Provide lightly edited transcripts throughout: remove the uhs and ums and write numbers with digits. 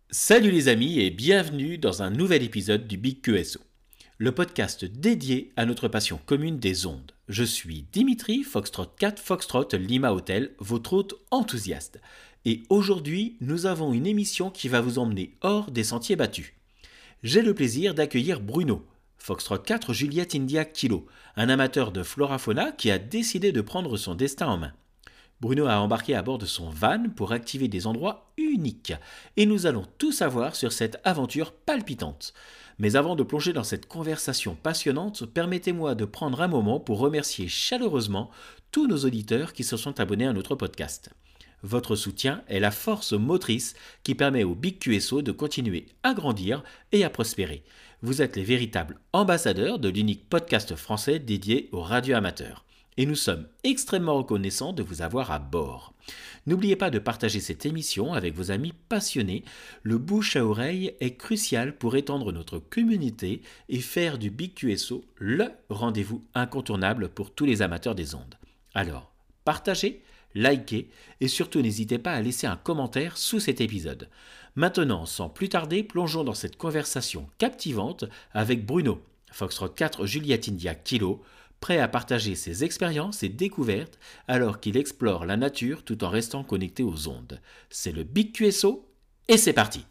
Salut les amis et bienvenue dans un nouvel épisode du Big QSO, le podcast dédié à notre passion commune des ondes. Je suis Dimitri, Foxtrot 4, Foxtrot Lima Hotel, votre hôte enthousiaste. Et aujourd'hui, nous avons une émission qui va vous emmener hors des sentiers battus. J'ai le plaisir d'accueillir Bruno, Foxtrot 4 Juliette India Kilo, un amateur de flora-fauna qui a décidé de prendre son destin en main. Bruno a embarqué à bord de son van pour activer des endroits uniques. Et nous allons tout savoir sur cette aventure palpitante. Mais avant de plonger dans cette conversation passionnante, permettez-moi de prendre un moment pour remercier chaleureusement tous nos auditeurs qui se sont abonnés à notre podcast. Votre soutien est la force motrice qui permet au Big QSO de continuer à grandir et à prospérer. Vous êtes les véritables ambassadeurs de l'unique podcast français dédié aux radioamateurs. Et nous sommes extrêmement reconnaissants de vous avoir à bord. N'oubliez pas de partager cette émission avec vos amis passionnés. Le bouche à oreille est crucial pour étendre notre communauté et faire du Big QSO le rendez-vous incontournable pour tous les amateurs des ondes. Alors, partagez, likez et surtout n'hésitez pas à laisser un commentaire sous cet épisode. Maintenant, sans plus tarder, plongeons dans cette conversation captivante avec Bruno, Foxtrot 4 Juliette India Kilo, prêt à partager ses expériences et découvertes alors qu'il explore la nature tout en restant connecté aux ondes. C'est le Big QSO et c'est parti.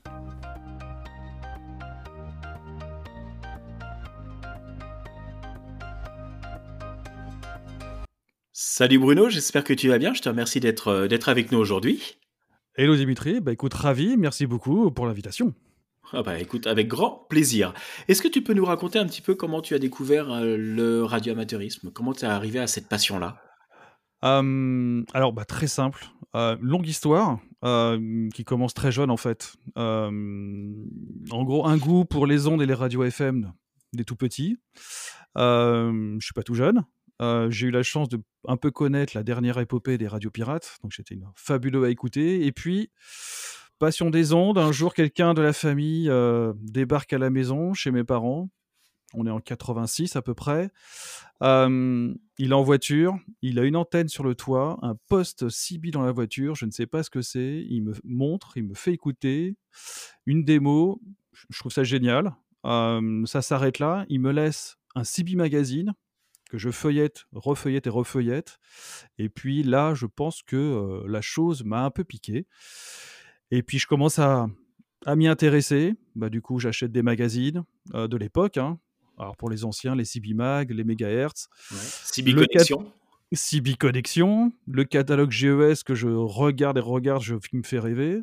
Salut Bruno, j'espère que tu vas bien. Je te remercie d'être avec nous aujourd'hui. Hello Dimitri, écoute, ravi, merci beaucoup pour l'invitation. Ah bah écoute, avec grand plaisir. Est-ce que tu peux nous raconter un petit peu comment tu as découvert le radioamateurisme? Comment tu es arrivé à cette passion-là? Alors, très simple, longue histoire, qui commence très jeune en fait. En gros, un goût pour les ondes et les radios FM des tout petits. Je suis pas tout jeune. J'ai eu la chance de un peu connaître la dernière épopée des radios pirates, donc c'était fabuleux à écouter. Et puis, passion des ondes, un jour quelqu'un de la famille débarque à la maison chez mes parents. On est en 86 à peu près. Il est en voiture, il a une antenne sur le toit, un poste CB dans la voiture, je ne sais pas ce que c'est. Il me montre, il me fait écouter une démo. Je trouve ça génial. Ça s'arrête là. Il me laisse un CB magazine que je feuillette, refeuillette et refeuillette. Et puis là, je pense que la chose m'a un peu piqué. Et puis je commence à m'y intéresser. Du coup, j'achète des magazines de l'époque, hein. Alors pour les anciens, les CB Mag, les Megahertz, Ouais. CB le cat Connexion. CB Connexion, le catalogue GES que je regarde et regarde, qui me fait rêver.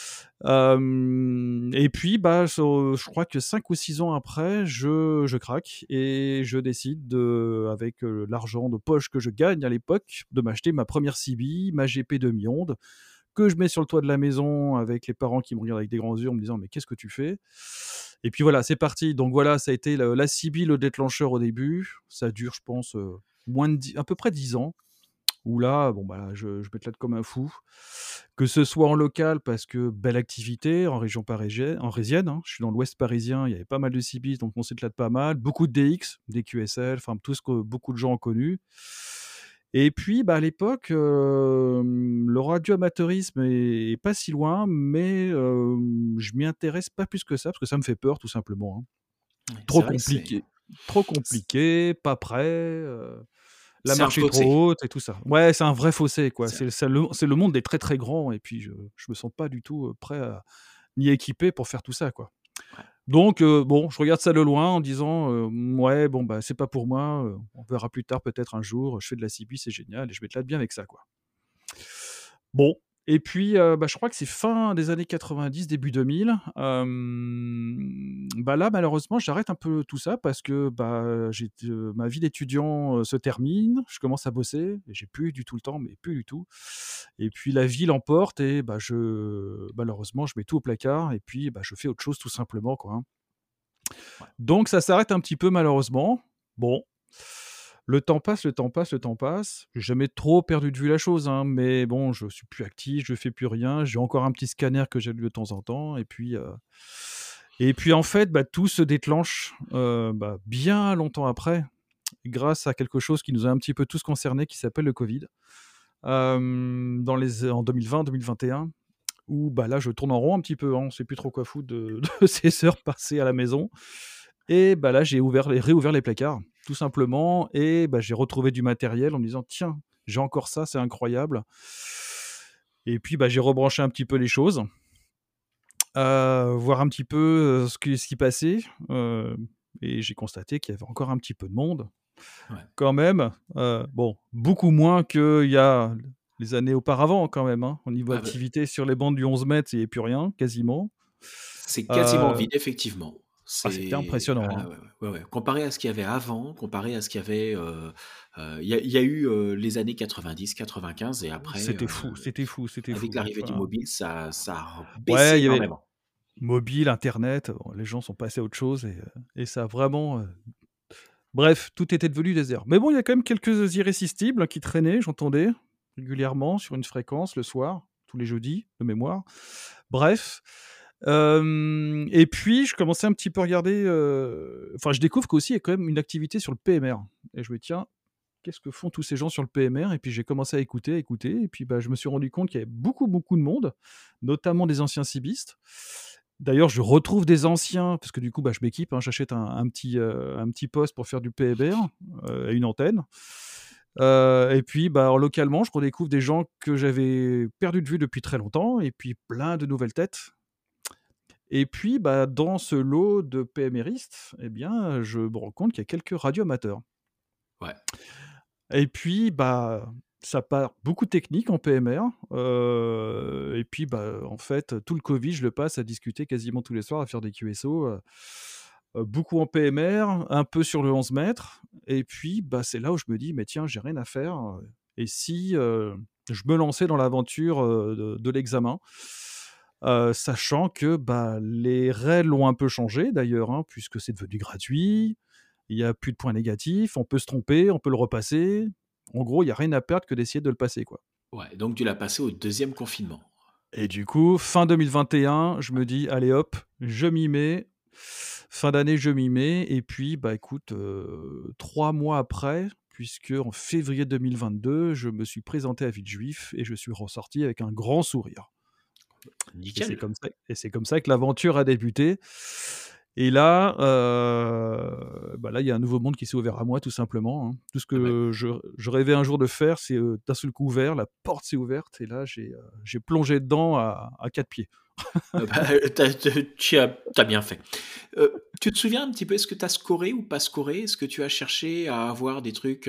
Et puis, je crois que 5 ou 6 ans après, je craque et je décide avec l'argent de poche que je gagne à l'époque, de m'acheter ma première CB, ma GP demi-onde, que je mets sur le toit de la maison avec les parents qui me regardent avec des grands yeux en me disant mais qu'est-ce que tu fais? Et puis voilà, c'est parti. Donc voilà, ça a été la CB, le déclencheur au début. Ça dure, je pense, à peu près 10 ans. Où là, je m'éclate comme un fou. Que ce soit en local, parce que belle activité, en région parisienne, hein. Je suis dans l'ouest parisien, il y avait pas mal de CB, donc on s'éclate pas mal. Beaucoup de DX, des QSL, enfin tout ce que beaucoup de gens ont connu. Et puis, à l'époque, le radioamateurisme est pas si loin, mais je m'y intéresse pas plus que ça, parce que ça me fait peur, tout simplement, hein. Ouais, Trop c'est vrai que c'est compliqué, trop c'est compliqué, pas prêt, la c'est un marche est trop fossé. haute et tout ça. Ouais, c'est un vrai fossé, quoi. C'est C'est le monde des très, très grands et puis je me sens pas du tout, prêt ni équipé pour faire tout ça, quoi. ouais. Donc bon, je regarde ça de loin en disant, «Ouais, bon, c'est pas pour moi, on verra plus tard, peut-être un jour, je fais de la CB, c'est génial et je m'éclate bien avec ça, quoi». Bon, et puis, je crois que c'est fin des années 90, début 2000. Là, malheureusement, j'arrête un peu tout ça parce que, ma vie d'étudiant, se termine. Je commence à bosser et j'ai plus du tout le temps, mais plus du tout. Et puis la vie l'emporte et malheureusement, je mets tout au placard et puis, je fais autre chose tout simplement, quoi, hein. Ouais. Donc ça s'arrête un petit peu malheureusement. Bon, le temps passe, le temps passe, le temps passe. J'ai jamais trop perdu de vue la chose, hein, mais bon, je suis plus actif, je fais plus rien. J'ai encore un petit scanner que j'allume de temps en temps et puis en fait, tout se déclenche, bien longtemps après, grâce à quelque chose qui nous a un petit peu tous concernés, qui s'appelle le Covid. En 2020-2021. où bah, là, je tourne en rond un petit peu, hein, on sait plus trop quoi foutre de de ces heures passées à la maison et bah, là, j'ai réouvert les placards, tout simplement et bah, j'ai retrouvé du matériel en me disant: «Tiens, j'ai encore ça, c'est incroyable» et puis, bah, j'ai rebranché un petit peu les choses, voir un petit peu, ce qui passait, et j'ai constaté qu'il y avait encore un petit peu de monde Ouais. quand même, bon, beaucoup moins qu'il y a les années auparavant quand même, hein. Au niveau Ah bah, activité sur les bandes du 11 mètres, il y avait plus rien, quasiment. c'est quasiment Heu, vide, effectivement. C'était C'est impressionnant, ah hein. ouais, ouais, ouais, ouais. Comparé à ce qu'il y avait avant, comparé à ce qu'il y avait, il y a eu, les années 90-95 et après, C'était fou, c'était fou, c'était avec fou. l'arrivée du Enfin, mobile, ça a baissé ouais, il y avait énormément. mobile, internet, bon, les gens sont passés à autre chose et ça a vraiment, bref, tout était devenu désert. Mais bon, il y a quand même quelques irrésistibles qui traînaient, j'entendais régulièrement sur une fréquence le soir, tous les jeudis, de mémoire. Bref, et puis je commençais un petit peu à regarder, enfin je découvre qu'aussi il y a quand même une activité sur le PMR et je me dis: «Tiens, qu'est-ce que font tous ces gens sur le PMR?» et puis j'ai commencé à écouter et puis, bah, je me suis rendu compte qu'il y avait beaucoup, beaucoup de monde, notamment des anciens cibistes. D'ailleurs, je retrouve des anciens parce que du coup, bah, je m'équipe, hein, j'achète un petit poste pour faire du PMR, et une antenne. Et puis, bah, alors localement, je redécouvre des gens que j'avais perdus de vue depuis très longtemps et puis plein de nouvelles têtes et puis, bah, dans ce lot de PMRistes et bien, je me rends compte qu'il y a quelques radioamateurs Ouais. et puis, bah, ça part beaucoup de technique en PMR, et puis, bah, en fait, tout le covid, je le passe à discuter quasiment tous les soirs, à faire des QSO, beaucoup en PMR, un peu sur le 11 mètres et puis, bah, c'est là où je me dis: «Mais tiens, j'ai rien à faire, et si, je me lançais dans l'aventure, de l'examen?» Sachant que, bah, les règles ont un peu changé d'ailleurs, hein, puisque c'est devenu gratuit, il y a plus de points négatifs, on peut se tromper, on peut le repasser. En gros, il y a rien à perdre que d'essayer de le passer, quoi. Ouais, donc tu l'as passé au deuxième confinement. Et du coup, fin 2021, je me dis: «Allez hop, je m'y mets». Fin d'année, je m'y mets et puis, bah, écoute, 3 mois après, puisque en février 2022, je me suis présenté à Villejuif et je suis ressorti avec un grand sourire. Et c'est Nickel. comme ça que l'aventure a débuté et là, bah, là, il y a un nouveau monde qui s'est ouvert à moi tout simplement, hein. Tout ce Ah bah que je rêvais un jour de faire, c'est, d'un seul coup ouvert, la porte s'est ouverte et là, j'ai plongé dedans à 4 pieds. tu bien fait. Tu te souviens un petit peu, est-ce que tu as scoré ou pas scoré? Est-ce que tu as cherché à avoir des trucs,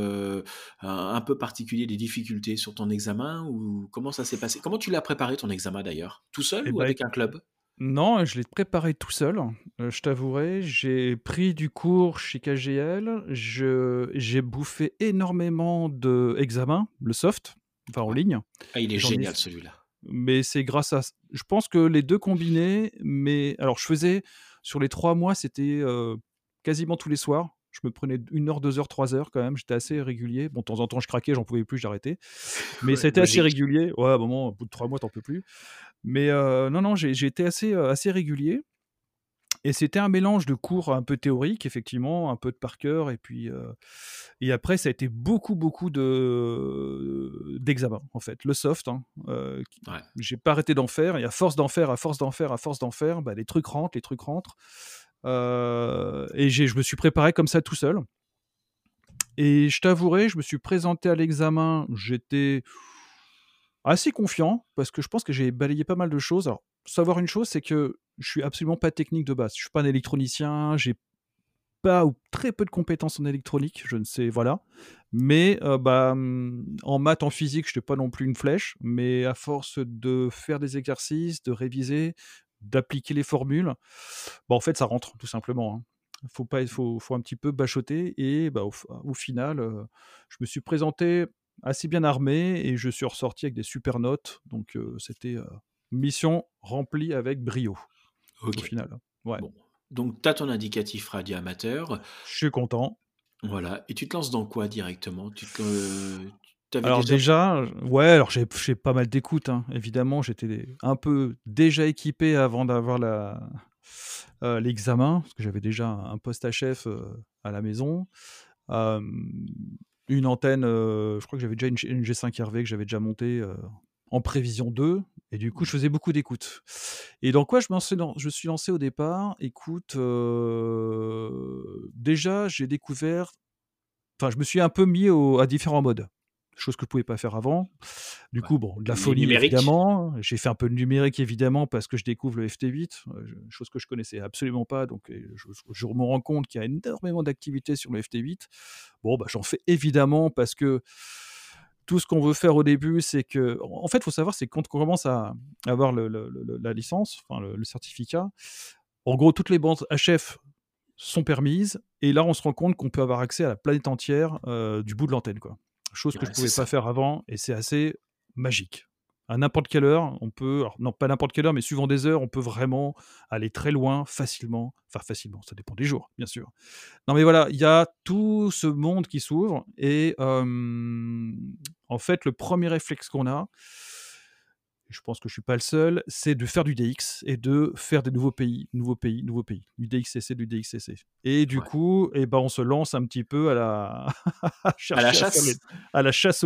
un peu particuliers, des difficultés sur ton examen ou comment ça s'est passé? Comment tu l'as préparé ton examen d'ailleurs? Tout seul Et ou bah, avec un club? non, je l'ai préparé tout seul, je t'avouerai. J'ai pris du cours chez KGL, j'ai bouffé énormément d'examens, le soft, enfin en Ouais. ligne. Ah, il est J'en ai génial f celui-là. Mais c'est grâce à je pense que les 2 combinés, mais alors je faisais sur les 3 mois, c'était, quasiment tous les soirs. Je me prenais 1 heure, 2 heures, 3 heures quand même, j'étais assez régulier. Bon, de temps en temps, je craquais, j'en pouvais plus, j'arrêtais. Mais Ouais, c'était assez logique. régulier. Ouais, à un moment, au bout de 3 mois, tu en peux plus. Mais non, non, j'ai été assez régulier et c'était un mélange de cours un peu théoriques, effectivement, un peu de par cœur et après ça a été beaucoup, beaucoup d'examens, en fait. Le soft, hein, qui Ouais. j'ai pas arrêté d'en faire et à force d'en faire, à force d'en faire, à force d'en faire, bah, les trucs rentrent, et je me suis préparé comme ça tout seul et je t'avouerai, je me suis présenté à l'examen, j'étais assez confiant parce que je pense que j'ai balayé pas mal de choses. Alors, savoir une chose, c'est que je suis absolument pas technique de base. Je suis pas un électronicien, j'ai pas ou très peu de compétences en électronique, je ne sais voilà. Mais, bah, en maths, en physique, je n'étais pas non plus une flèche, mais à force de faire des exercices, de réviser, d'appliquer les formules, bah, en fait, ça rentre tout simplement, hein. Faut un petit peu bachoter et bah, au final, je me suis présenté assez bien armé et je suis ressorti avec des super notes donc c'était, mission remplie avec brio, au OK. final. Ouais, Bon, donc tu as ton indicatif radio amateur, je suis content. voilà et tu te lances dans quoi directement? Tu avais Alors déjà déjà, ouais, alors j'ai pas mal d'écoute, hein, évidemment, j'étais un peu déjà équipé avant d'avoir l'examen, parce que j'avais déjà un poste HF, à la maison. Hem, une antenne, je crois que j'avais déjà une G5 Hervé que j'avais déjà montée, en prévision d'eux. Et du coup, je faisais beaucoup d'écoutes. Et dans quoi je me suis lancé au départ? Écoute, déjà, j'ai découvert, enfin, je me suis un peu mis à différents modes, chose que je pouvais pas faire avant. Du Ouais. coup, bon, de la Nu phonie numérique? évidemment. J'ai fait un peu de numérique évidemment parce que je découvre le FT8, chose que je connaissais absolument pas. Donc, je me rends compte qu'il y a énormément d'activités sur le FT8. Bon, bah, j'en fais évidemment parce que tout ce qu'on veut faire au début, c'est que, en fait, il faut savoir, c'est quand on commence à avoir la licence, enfin le certificat. En gros, toutes les bandes HF sont permises et là, on se rend compte qu'on peut avoir accès à la planète entière, du bout de l'antenne, quoi. Chose que je Ouais, c'est pouvais pas ça. faire avant et c'est assez magique. À n'importe quelle heure, on peut, alors non, pas n'importe quelle heure, mais suivant des heures, on peut vraiment aller très loin facilement. Enfin facilement, ça dépend des jours, bien sûr. Non, mais voilà, il y a tout ce monde qui s'ouvre et en fait, le premier réflexe qu'on a, je pense que je suis pas le seul, c'est de faire du DX et de faire des nouveaux pays, nouveaux pays, nouveaux pays. Du DXCC, du DXCC. Et du Ouais. coup, et ben, on se lance un petit peu à la à À la chercher à faire chasse? à la chasse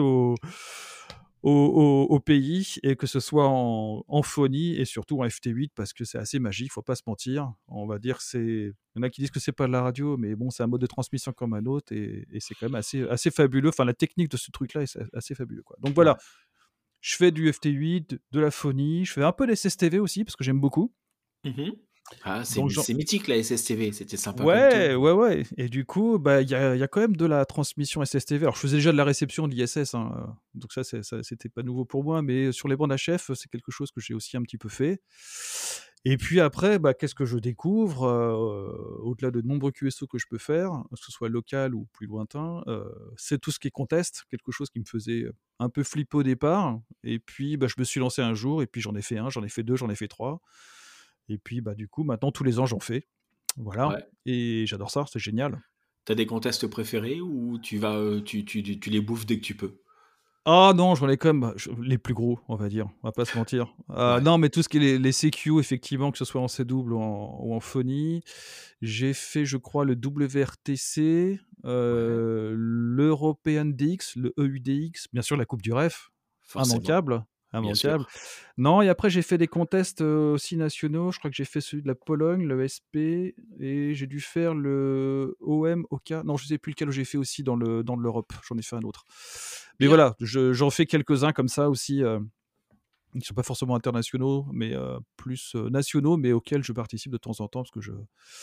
au pays, et que ce soit en phonie et surtout en FT8 parce que c'est assez magique, faut pas se mentir. On va dire que c'est, il y en a qui disent que c'est pas de la radio, mais bon, c'est un mode de transmission comme un autre, et c'est quand même assez fabuleux. Enfin, la technique de ce truc-là est assez fabuleux, quoi. Donc voilà, Ouais. je fais du FT8, de la phonie, je fais un peu d'SSTV aussi parce que j'aime beaucoup. Mmh. Ah, Donc c'est mythique la SSTV, c'était sympa comme tout. ouais, ouais, ouais, et du coup, bah, il y a quand même de la transmission SSTV. Alors je faisais déjà de la réception de l'ISS, hein, donc ça c'était pas nouveau pour moi, mais sur les bandes HF, c'est quelque chose que j'ai aussi un petit peu fait. Et puis après, bah, qu'est-ce que je découvre, au-delà de nombreux QSO que je peux faire, que ce soit local ou plus lointain, c'est tout ce qui est contest, quelque chose qui me faisait, un peu flipper au départ. Et puis, bah, je me suis lancé un jour et puis j'en ai fait un, j'en ai fait 2, j'en ai fait 3. Et puis, bah, du coup, maintenant tous les ans j'en fais. Voilà, Ouais. et j'adore ça, c'est génial. Tu as des contests préférés ou tu vas, tu les bouffes dès que tu peux? Ah non, j'en ai quand même, les plus gros, on va dire, on va pas se mentir. Ouais, Non, mais tout ce qui est les CQ, effectivement, que ce soit en C-double ou en phonie. J'ai fait, je crois, le WRTC, ouais, l'European DX, le EUDX, bien sûr la coupe du Ref, forcément, immanquable, bien immanquable. sûr. Non, et après j'ai fait des contests, aussi nationaux. Je crois que j'ai fait celui de la Pologne, le SP, et j'ai dû faire le OM, OK. Non, je sais plus lequel j'ai fait aussi dans l'Europe. J'en ai fait un autre. Mais Bien. voilà, j'en fais quelques-uns comme ça aussi, qui ne sont pas forcément internationaux, mais plus nationaux, mais auxquels je participe de temps en temps parce que je.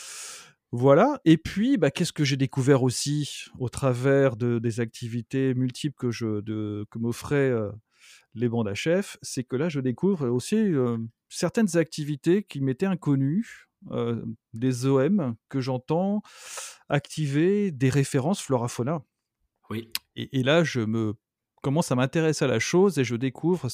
Voilà. Et puis, bah, qu'est-ce que j'ai découvert aussi au travers des activités multiples que m'offraient, les bandes HF, c'est que là, je découvre aussi, certaines activités qui m'étaient inconnues, des OM que j'entends activer des références flora-fauna. Oui, Et là, je me commence à m'intéresser à la chose et je découvre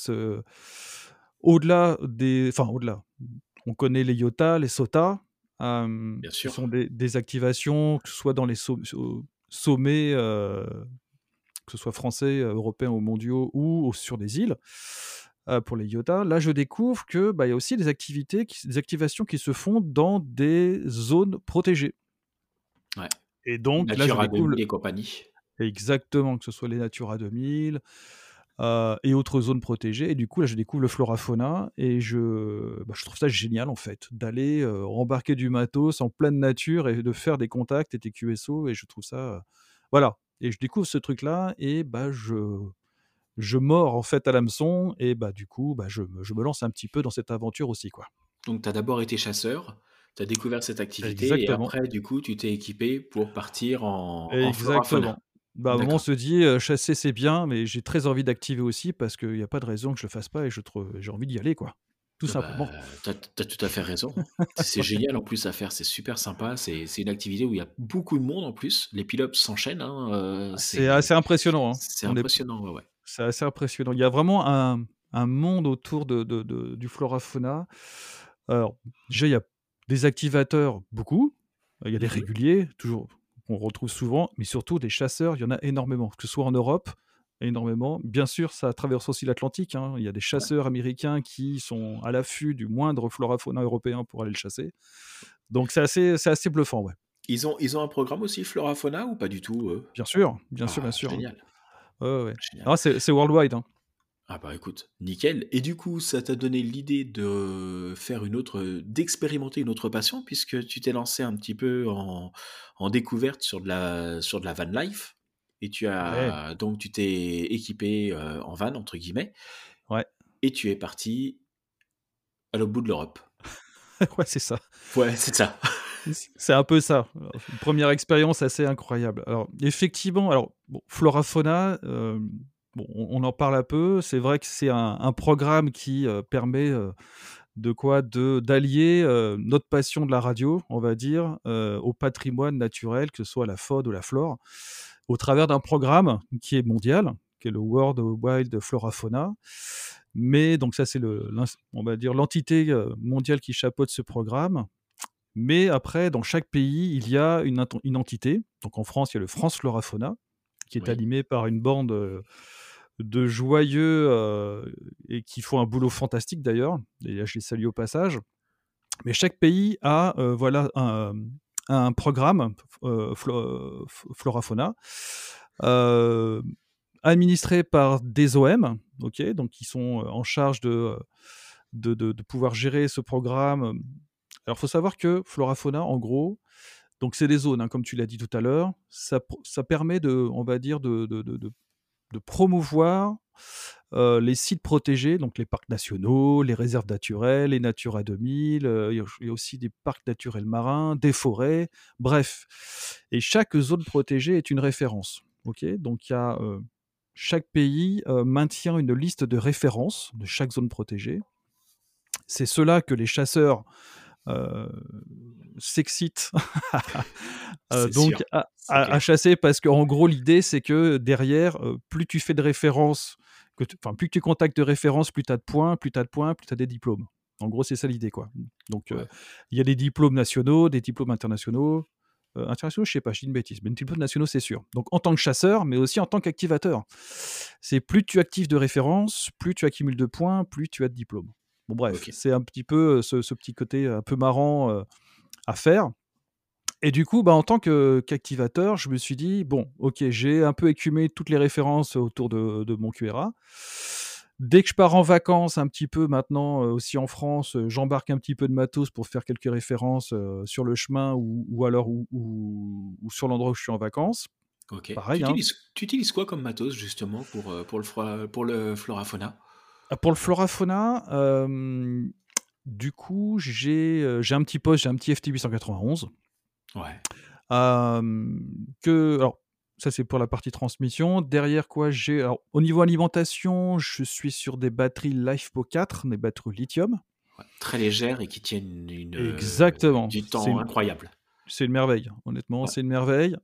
au-delà enfin, au-delà, on connaît les IOTA, les SOTA, bien qui sont sûr. des activations, que ce soit dans les sommets, que ce soit français, européens ou mondiaux, ou sur des îles, pour les IOTA. Là, je découvre que, bah, il y a aussi des activations qui se font dans des zones protégées. Ouais. Et donc là, je Natura découvre 2000 et compagnie. exactement, que ce soit les Natura 2000, et autres zones protégées. Et du coup, là, je découvre le flora-fauna et je trouve ça génial, en fait, d'aller, embarquer du matos en pleine nature et de faire des contacts et des QSO, et je trouve ça, voilà. Et je découvre ce truc-là et bah, je mords, en fait, à l'hameçon, et bah, du coup, bah, je me lance un petit peu dans cette aventure aussi, quoi. Donc tu as d'abord été chasseur, tu as découvert cette activité et Exactement, après du coup, tu t'es équipé pour partir en flora fauna. exactement. Bah, à un moment, on D'accord. se dit, chasser, c'est bien, mais j'ai très envie d'activer aussi parce qu'il y a pas de raison que je le fasse pas, et j'ai envie d'y aller, quoi, tout Ah bah, simplement. tu as tout à fait raison. C'est génial en plus à faire, c'est super sympa, c'est une activité où il y a beaucoup de monde en plus. Les pilotes s'enchaînent, hein, C'est assez impressionnant, hein. c'est On est impressionnant, ouais, ouais. C'est assez impressionnant. Il y a vraiment un monde autour du flora-fauna. Alors, déjà, il y a des activateurs, beaucoup. Il y a des Mmh. réguliers, toujours, qu'on retrouve souvent, mais surtout des chasseurs, il y en a énormément, que ce soit en Europe, énormément. Bien sûr, ça traverse aussi l'Atlantique, hein. Il y a des Ouais. chasseurs américains qui sont à l'affût du moindre flora-fauna européen pour aller le chasser. Donc c'est assez bluffant, ouais. Ils ont un programme aussi flora fauna ou pas du tout, eux? Bien sûr, bien sûr, Ah bien sûr, hein. génial, Ouais, ouais, ouais. génial. Ah, c'est worldwide, hein. Ah bah écoute, nickel. Et du coup, ça t'a donné l'idée de faire d'expérimenter une autre passion, puisque tu t'es lancé un petit peu en découverte sur de la van life. Et Ouais, tu t'es équipé en van, entre guillemets, ouais, et tu es parti à l'autre bout de l'Europe. ouais, c'est ça. Ouais, c'est ça. C'est un peu ça. Une première expérience assez incroyable. Alors effectivement, alors bon, Flora Fauna, bon, on en parle un peu. C'est vrai que c'est un programme qui, permet, d'allier, notre passion de la radio, on va dire, au patrimoine naturel, que ce soit la faune ou la flore, au travers d'un programme qui est mondial, qui est le World Wild Flora Fauna. Mais donc ça, c'est on va dire l'entité, mondiale qui chapeaute ce programme. Mais après, dans chaque pays, il y a une entité. Donc en France, il y a le France Flora Fauna, qui est Oui, animé par une bande, de joyeux, et qui font un boulot fantastique d'ailleurs, et là je les salue au passage. Mais chaque pays a, voilà un programme Flora Fauna, heu, administré par des OM, OK? Donc qui sont, en charge de pouvoir gérer ce programme. Alors, il faut savoir que Flora Fauna, en gros, donc c'est des zones, hein, comme tu l'as dit tout à l'heure. Ça permet on va dire, de promouvoir, les sites protégés, donc les parcs nationaux, les réserves naturelles, les Natura 2000, il y a aussi des parcs naturels marins, des forêts, bref. Et chaque zone protégée est une référence, OK? Donc il y a, chaque pays, maintient une liste de référence de chaque zone protégée. C'est cela que les chasseurs, heu, s'excitent c'est donc sûr, c'est à clair. chasser, parce qu'en gros l'idée c'est que derrière, plus tu fais de références, plus tu contactes de références, plus tu as de points, plus tu as de points, plus tu as des diplômes. En gros, c'est ça l'idée, quoi. Donc Ouais. il y a des diplômes nationaux, des diplômes internationaux. Internationaux, je sais pas, je dis une bêtise, mais des diplômes nationaux, c'est sûr. Donc en tant que chasseur, mais aussi en tant qu'activateur. C'est plus tu actives de références, plus tu accumules de points, plus tu as de diplômes. Bon bref, Ok. c'est un petit peu, ce petit côté un peu marrant, à faire. Et du coup, bah, en tant qu'activateur, je me suis dit: «Bon, OK, j'ai un peu écumé toutes les références autour de mon QRA. Dès que je pars en vacances un petit peu maintenant, aussi en France, j'embarque un petit peu de matos pour faire quelques références, sur le chemin ou alors ou sur l'endroit où je suis en vacances». Ok. Pareil, hein. Tu utilises quoi comme matos justement pour le Flora-Fauna? Pour le Flora Fauna, du coup, j'ai un petit poste, j'ai un petit FT 891. Ouais. Alors ça, c'est pour la partie transmission. Derrière quoi, alors au niveau alimentation, je suis sur des batteries LiFePO 4, des batteries au lithium. Ouais. Très légère et qui tiennent Exactement, du temps incroyable. c'est une merveille. Honnêtement, Ouais. c'est une merveille.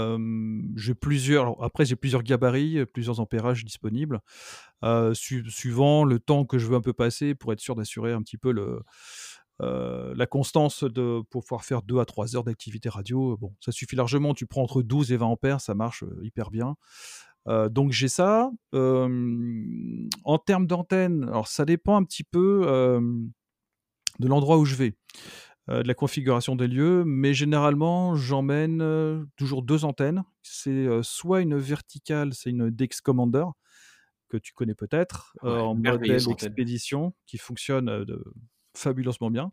J'ai plusieurs gabarits, plusieurs ampérages disponibles, suivant le temps que je veux un peu passer pour être sûr d'assurer un petit peu la constance pour pouvoir faire 2 à 3 heures d'activité radio. Bon, ça suffit largement. Tu prends entre 12 et 20 ampères, ça marche, hyper bien. Donc j'ai ça. En termes d'antenne, alors ça dépend un petit peu, de l'endroit où je vais, de la configuration des lieux, mais généralement j'emmène, toujours 2 antennes. C'est, soit une verticale, c'est une DX Commander que tu connais peut-être, Ouais. en Merveilleuse modèle antenne. expédition qui fonctionne, fabuleusement bien.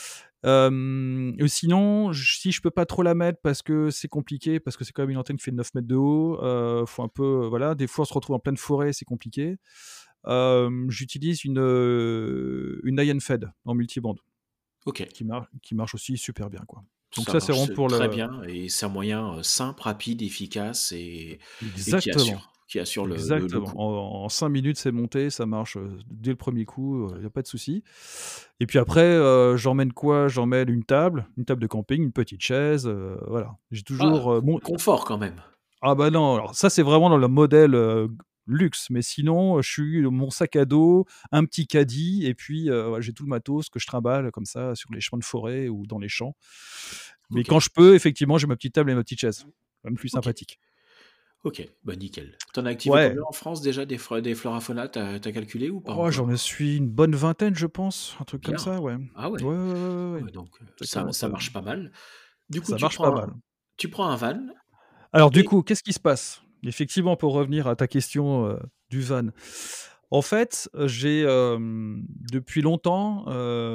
Sinon, si je peux pas trop la mettre parce que c'est compliqué, parce que c'est quand même une antenne qui fait 9 mètres de haut, faut un peu, voilà, des fois on se retrouve en pleine forêt, c'est compliqué. J'utilise une Iron Fed en multibande Ok. qui marche aussi super bien, quoi. Donc Ça ça, c'est marche vraiment pour très le bien et c'est un moyen simple, rapide, efficace et exactement. qui assure le Exactement. coup. En 5 minutes, c'est monté, ça marche, dès le premier coup, il y a pas de souci. Et puis après, j'emmène quoi? J'emmène une table de camping, une petite chaise, voilà. J'ai Ah, toujours, mon confort quand même. ah bah non, alors ça, c'est vraiment dans le modèle, luxe, mais sinon, je suis mon sac à dos, un petit caddie et puis, voilà, j'ai tout le matos que je trimballe comme ça sur les chemins de forêt ou dans les champs. Mais Ok. quand je peux, effectivement, j'ai ma petite table et ma petite chaise. Quand même plus Ok. sympathique. Ok. Bah nickel. T'en as activé Ouais. combien en France déjà des Florafauna? T'as calculé ou pas Oh, j'en me encore? suis une bonne vingtaine, je pense, un truc comme Bien. ça, ouais. Ah Ouais, ouais. ouais, ouais, ouais, Ah ouais. ouais, donc Ça commence ça à marche pas mal. Du coup, ça marche pas mal. tu prends un van Alors du et coup, qu'est-ce qui se passe? Effectivement, pour revenir à ta question, du van. En fait, j'ai, depuis longtemps,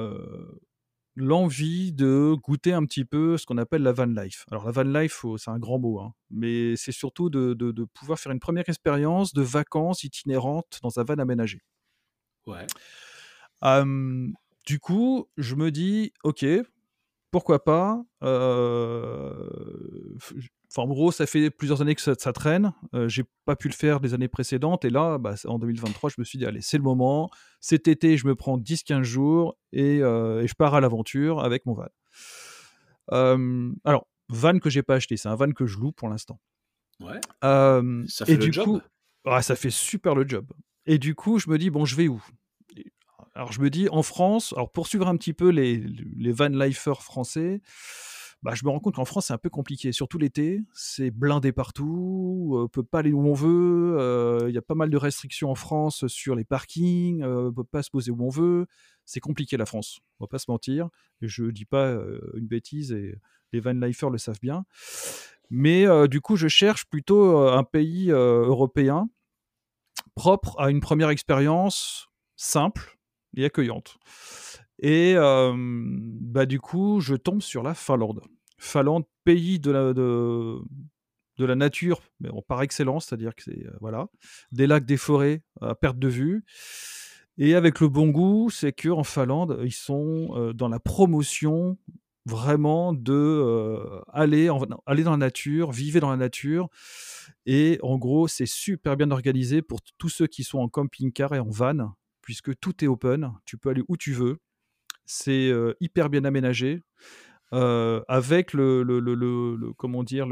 l'envie de goûter un petit peu ce qu'on appelle la van life. Alors la van life, c'est un grand mot, hein, mais c'est surtout de pouvoir faire une première expérience de vacances itinérantes dans un van aménagé. Ouais. Hem, du coup, je me dis: «OK, pourquoi pas?» f j Enfin, en gros, ça fait plusieurs années que ça traîne. J'ai pas pu le faire les années précédentes et là, bah, en 2023, je me suis dit: «Allez, c'est le moment. Cet été, je me prends 10-15 jours et je pars à l'aventure avec mon van». Alors, van que j'ai pas acheté, c'est un van que je loue pour l'instant. Ouais. Ça Et fait le du job? coup, ouais, ça fait super le job et du coup, je me dis: «Bon, je vais où?» Et alors je me dis en France, alors pour suivre un petit peu les van lifers français, bah, je me rends compte qu'en France, c'est un peu compliqué, surtout l'été, c'est blindé partout, on peut pas aller où on veut, il y a pas mal de restrictions en France sur les parkings, on peut pas se poser où on veut. C'est compliqué la France, on va pas se mentir. Je dis pas, une bêtise et les van lifers le savent bien. Mais du coup, je cherche plutôt, un pays, européen propre à une première expérience simple et accueillante. Et bah, du coup, je tombe sur la Finlande. Finlande, pays de la nature, mais bon, par excellence, c'est-à-dire que c'est, voilà, des lacs, des forêts à perte de vue. Et avec le bon goût, c'est qu'en Finlande, ils sont, dans la promotion vraiment de, aller dans la nature, vivez dans la nature et en gros, c'est super bien organisé pour tous ceux qui sont en camping-car et en van, puisque tout est open, tu peux aller où tu veux. C'est, hyper bien aménagé, avec comment dire?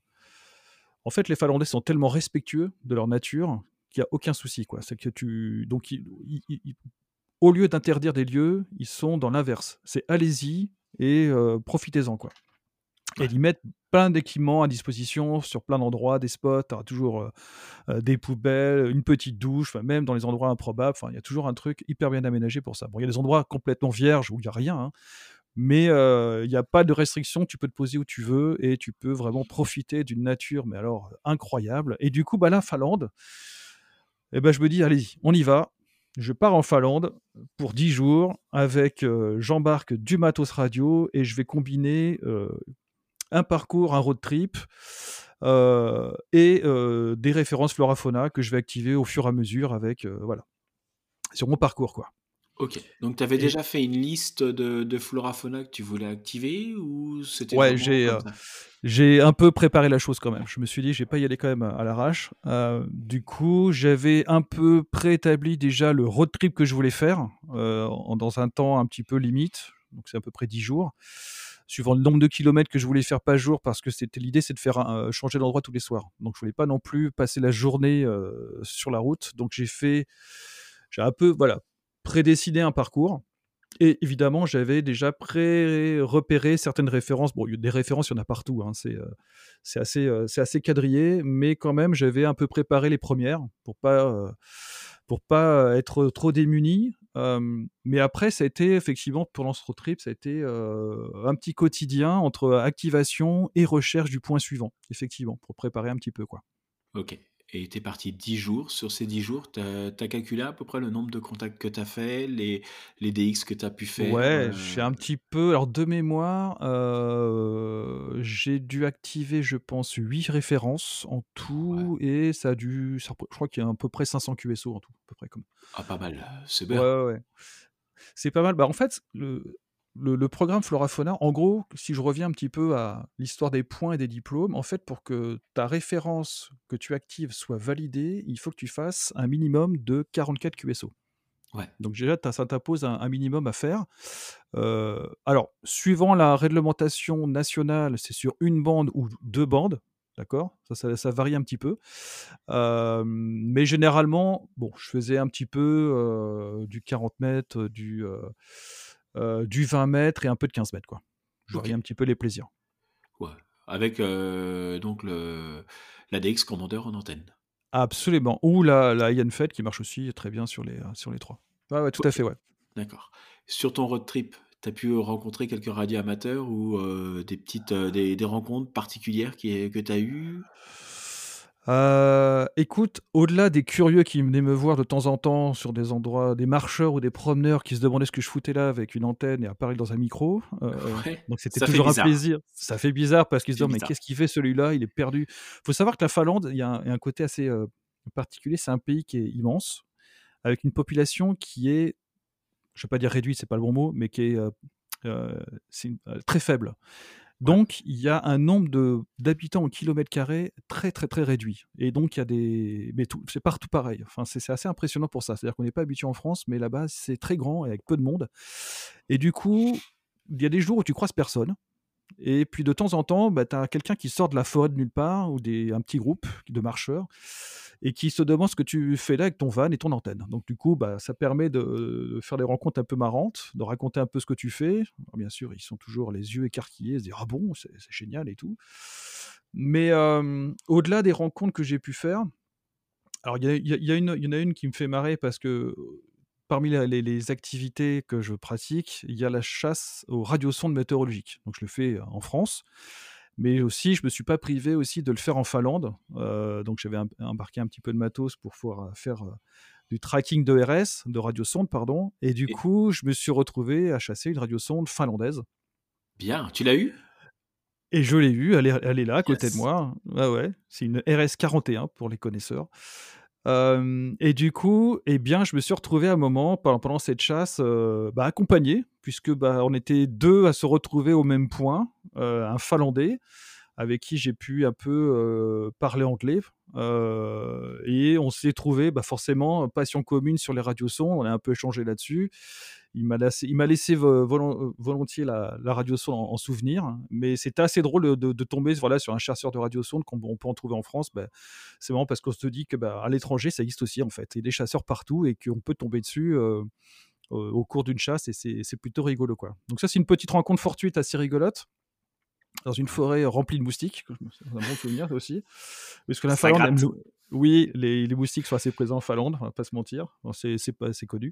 En fait, les Finlandais sont tellement respectueux de leur nature qu'il y a aucun souci, quoi. C'est que tu donc ils au lieu d'interdire des lieux, ils sont dans l'inverse. C'est allez-y et profitez-en, quoi. Et Ouais. ils mettent plein d'équipements à disposition sur plein d'endroits, des spots, tu auras toujours, des poubelles, une petite douche, enfin même dans les endroits improbables, enfin il y a toujours un truc hyper bien aménagé pour ça. Bon, il y a des endroits complètement vierges où il y a rien, hein, mais il y a pas de restriction, tu peux te poser où tu veux et tu peux vraiment profiter d'une nature, mais alors, incroyable. Et du coup, bah, la Finlande, et ben je me dis: «Allez-y, on y va». Je pars en Finlande pour 10 jours avec, j'embarque du matos radio et je vais combiner, un parcours, un road trip, et des références flora fauna que je vais activer au fur et à mesure avec, voilà, sur mon parcours, quoi. OK. Donc tu avais Et déjà fait une liste de flora fauna que tu voulais activer ou c'était ouais, vraiment comme ça? j'ai un peu préparé la chose quand même. Je me suis dit: «Je vais pas y aller quand même à l'arrache». Du coup, j'avais un peu préétabli déjà le road trip que je voulais faire, dans un temps un petit peu limite, donc c'est à peu près 10 jours, suivant le nombre de kilomètres que je voulais faire par jour parce que l'idée, c'est de faire changer d'endroit tous les soirs. Donc je voulais pas non plus passer la journée, sur la route. Donc j'ai un peu, voilà, prédessiné un parcours et évidemment, j'avais déjà repéré certaines références. Bon, il y a des références, il y en a partout, hein, c'est assez quadrillé, mais quand même, j'avais un peu préparé les premières pour pas être trop démuni. Mais après, ça a été effectivement, pendant ce road trip, ça a été, un petit quotidien entre activation et recherche du point suivant, effectivement, pour préparer un petit peu, quoi. OK et tu es parti 10 jours. Sur ces 10 jours, tu as calculé à peu près le nombre de contacts que tu as fait, les DX que tu as pu faire, Ouais, j'ai un petit peu, alors de mémoire, j'ai dû activer, je pense, 8 références en Ouais. tout et je crois qu'il y a à peu près 500 QSO en tout, à peu près comme Ah pas mal, c'est ouais, bien. ouais, ouais. C'est pas mal. Bah, en fait, le programme Flora Fauna, en gros, si je reviens un petit peu à l'histoire des points et des diplômes, en fait, pour que ta référence que tu actives soit validée, il faut que tu fasses un minimum de 44 QSO. Ouais, Donc déjà, ça t'impose un minimum à faire. Alors, suivant la réglementation nationale, c'est sur une bande ou 2 bandes, d'accord? Ça varie un petit peu. Mais généralement, bon, je faisais un petit peu, du 40 mètres, du 20 mètres et un peu de 15 mètres, quoi. Je variais un OK, petit peu les plaisirs. ouais. Avec, donc la DX Commander en antenne. Absolument. Ou la Yenfed qui marche aussi très bien sur les 3. Ouais, ouais, tout à OK, fait, ouais. d'accord. Sur ton road trip, tu as pu rencontrer quelques radios amateurs ou des petites, des rencontres particulières que tu as eues? Écoute, au-delà des curieux qui venaient me voir de temps en temps sur des endroits, des marcheurs ou des promeneurs qui se demandaient ce que je foutais là avec une antenne et à parler dans un micro, Ouais, donc c'était ça fait toujours un bizarre. plaisir. Ça fait bizarre parce qu'ils Ça se fait disent: «Mais bizarre. qu'est-ce qu'il fait celui-là? Il est perdu». Faut savoir que la Finlande, il y a un côté assez, particulier. C'est un pays qui est immense, avec une population qui est, je vais pas dire réduite, c'est pas le bon mot, mais qui est, très faible. Ouais. Donc, il y a un nombre d'habitants au kilomètre carré très, très, très réduit. Et donc, il y a des. Mais tout, c'est partout pareil. Enfin, c'est assez impressionnant pour ça. C'est-à-dire qu'on n'est pas habitué en France, mais là-bas, c'est très grand et avec peu de monde. Et du coup, il y a des jours où tu croises personne. Et puis de temps en temps, bah, tu as quelqu'un qui sort de la forêt de nulle part ou un petit groupe de marcheurs et qui se demande ce que tu fais là avec ton van et ton antenne. Donc du coup, bah, ça permet de faire des rencontres un peu marrantes, de raconter un peu ce que tu fais. Alors, bien sûr, ils sont toujours les yeux écarquillés, se dire: «Ah bon, c'est génial et tout». Mais au-delà des rencontres que j'ai pu faire, alors il y en a une qui me fait marrer parce que, parmi les activités que je pratique, il y a la chasse aux radiosondes météorologiques. Donc je le fais en France, mais aussi je me suis pas privé aussi de le faire en Finlande. Donc j'avais embarqué un petit peu de matos pour pouvoir, faire, du tracking de RS, de radiosondes pardon, et du Et coup, je me suis retrouvé à chasser une radiosonde finlandaise bien, tu l'as eu? et je l'ai eue, elle est là à côté de Yes. moi. Ouais, ouais, c'est une RS-41 pour les connaisseurs. Et du coup, eh bien, je me suis retrouvé à un moment pendant cette chasse, bah, accompagné puisque, bah, on était 2 à se retrouver au même point, un Finlandais avec qui j'ai pu un peu, parler anglais, et on s'est trouvé, bah, forcément, passion commune sur les radiosondes. On a un peu échangé là-dessus. Il m'a laissé volontiers la radiosonde en souvenir, mais c'était assez drôle de tomber, voilà, sur un chasseur de radiosondes qu'on on peut en trouver en France. Bah, c'est marrant parce qu'on se dit que, bah, à l'étranger, ça existe aussi, en fait. Il y a des chasseurs partout et qu'on peut tomber dessus, au cours d'une chasse, et c'est plutôt rigolo, quoi. Donc ça, c'est une petite rencontre fortuite assez rigolote dans une Ouais. forêt remplie de moustiques, que c'est un bon souvenir aussi. Parce que la Ça Finlande aime gratte. le. Oui, les moustiques sont assez présents en Finlande, on va pas se mentir. Bon, c'est pas assez connu.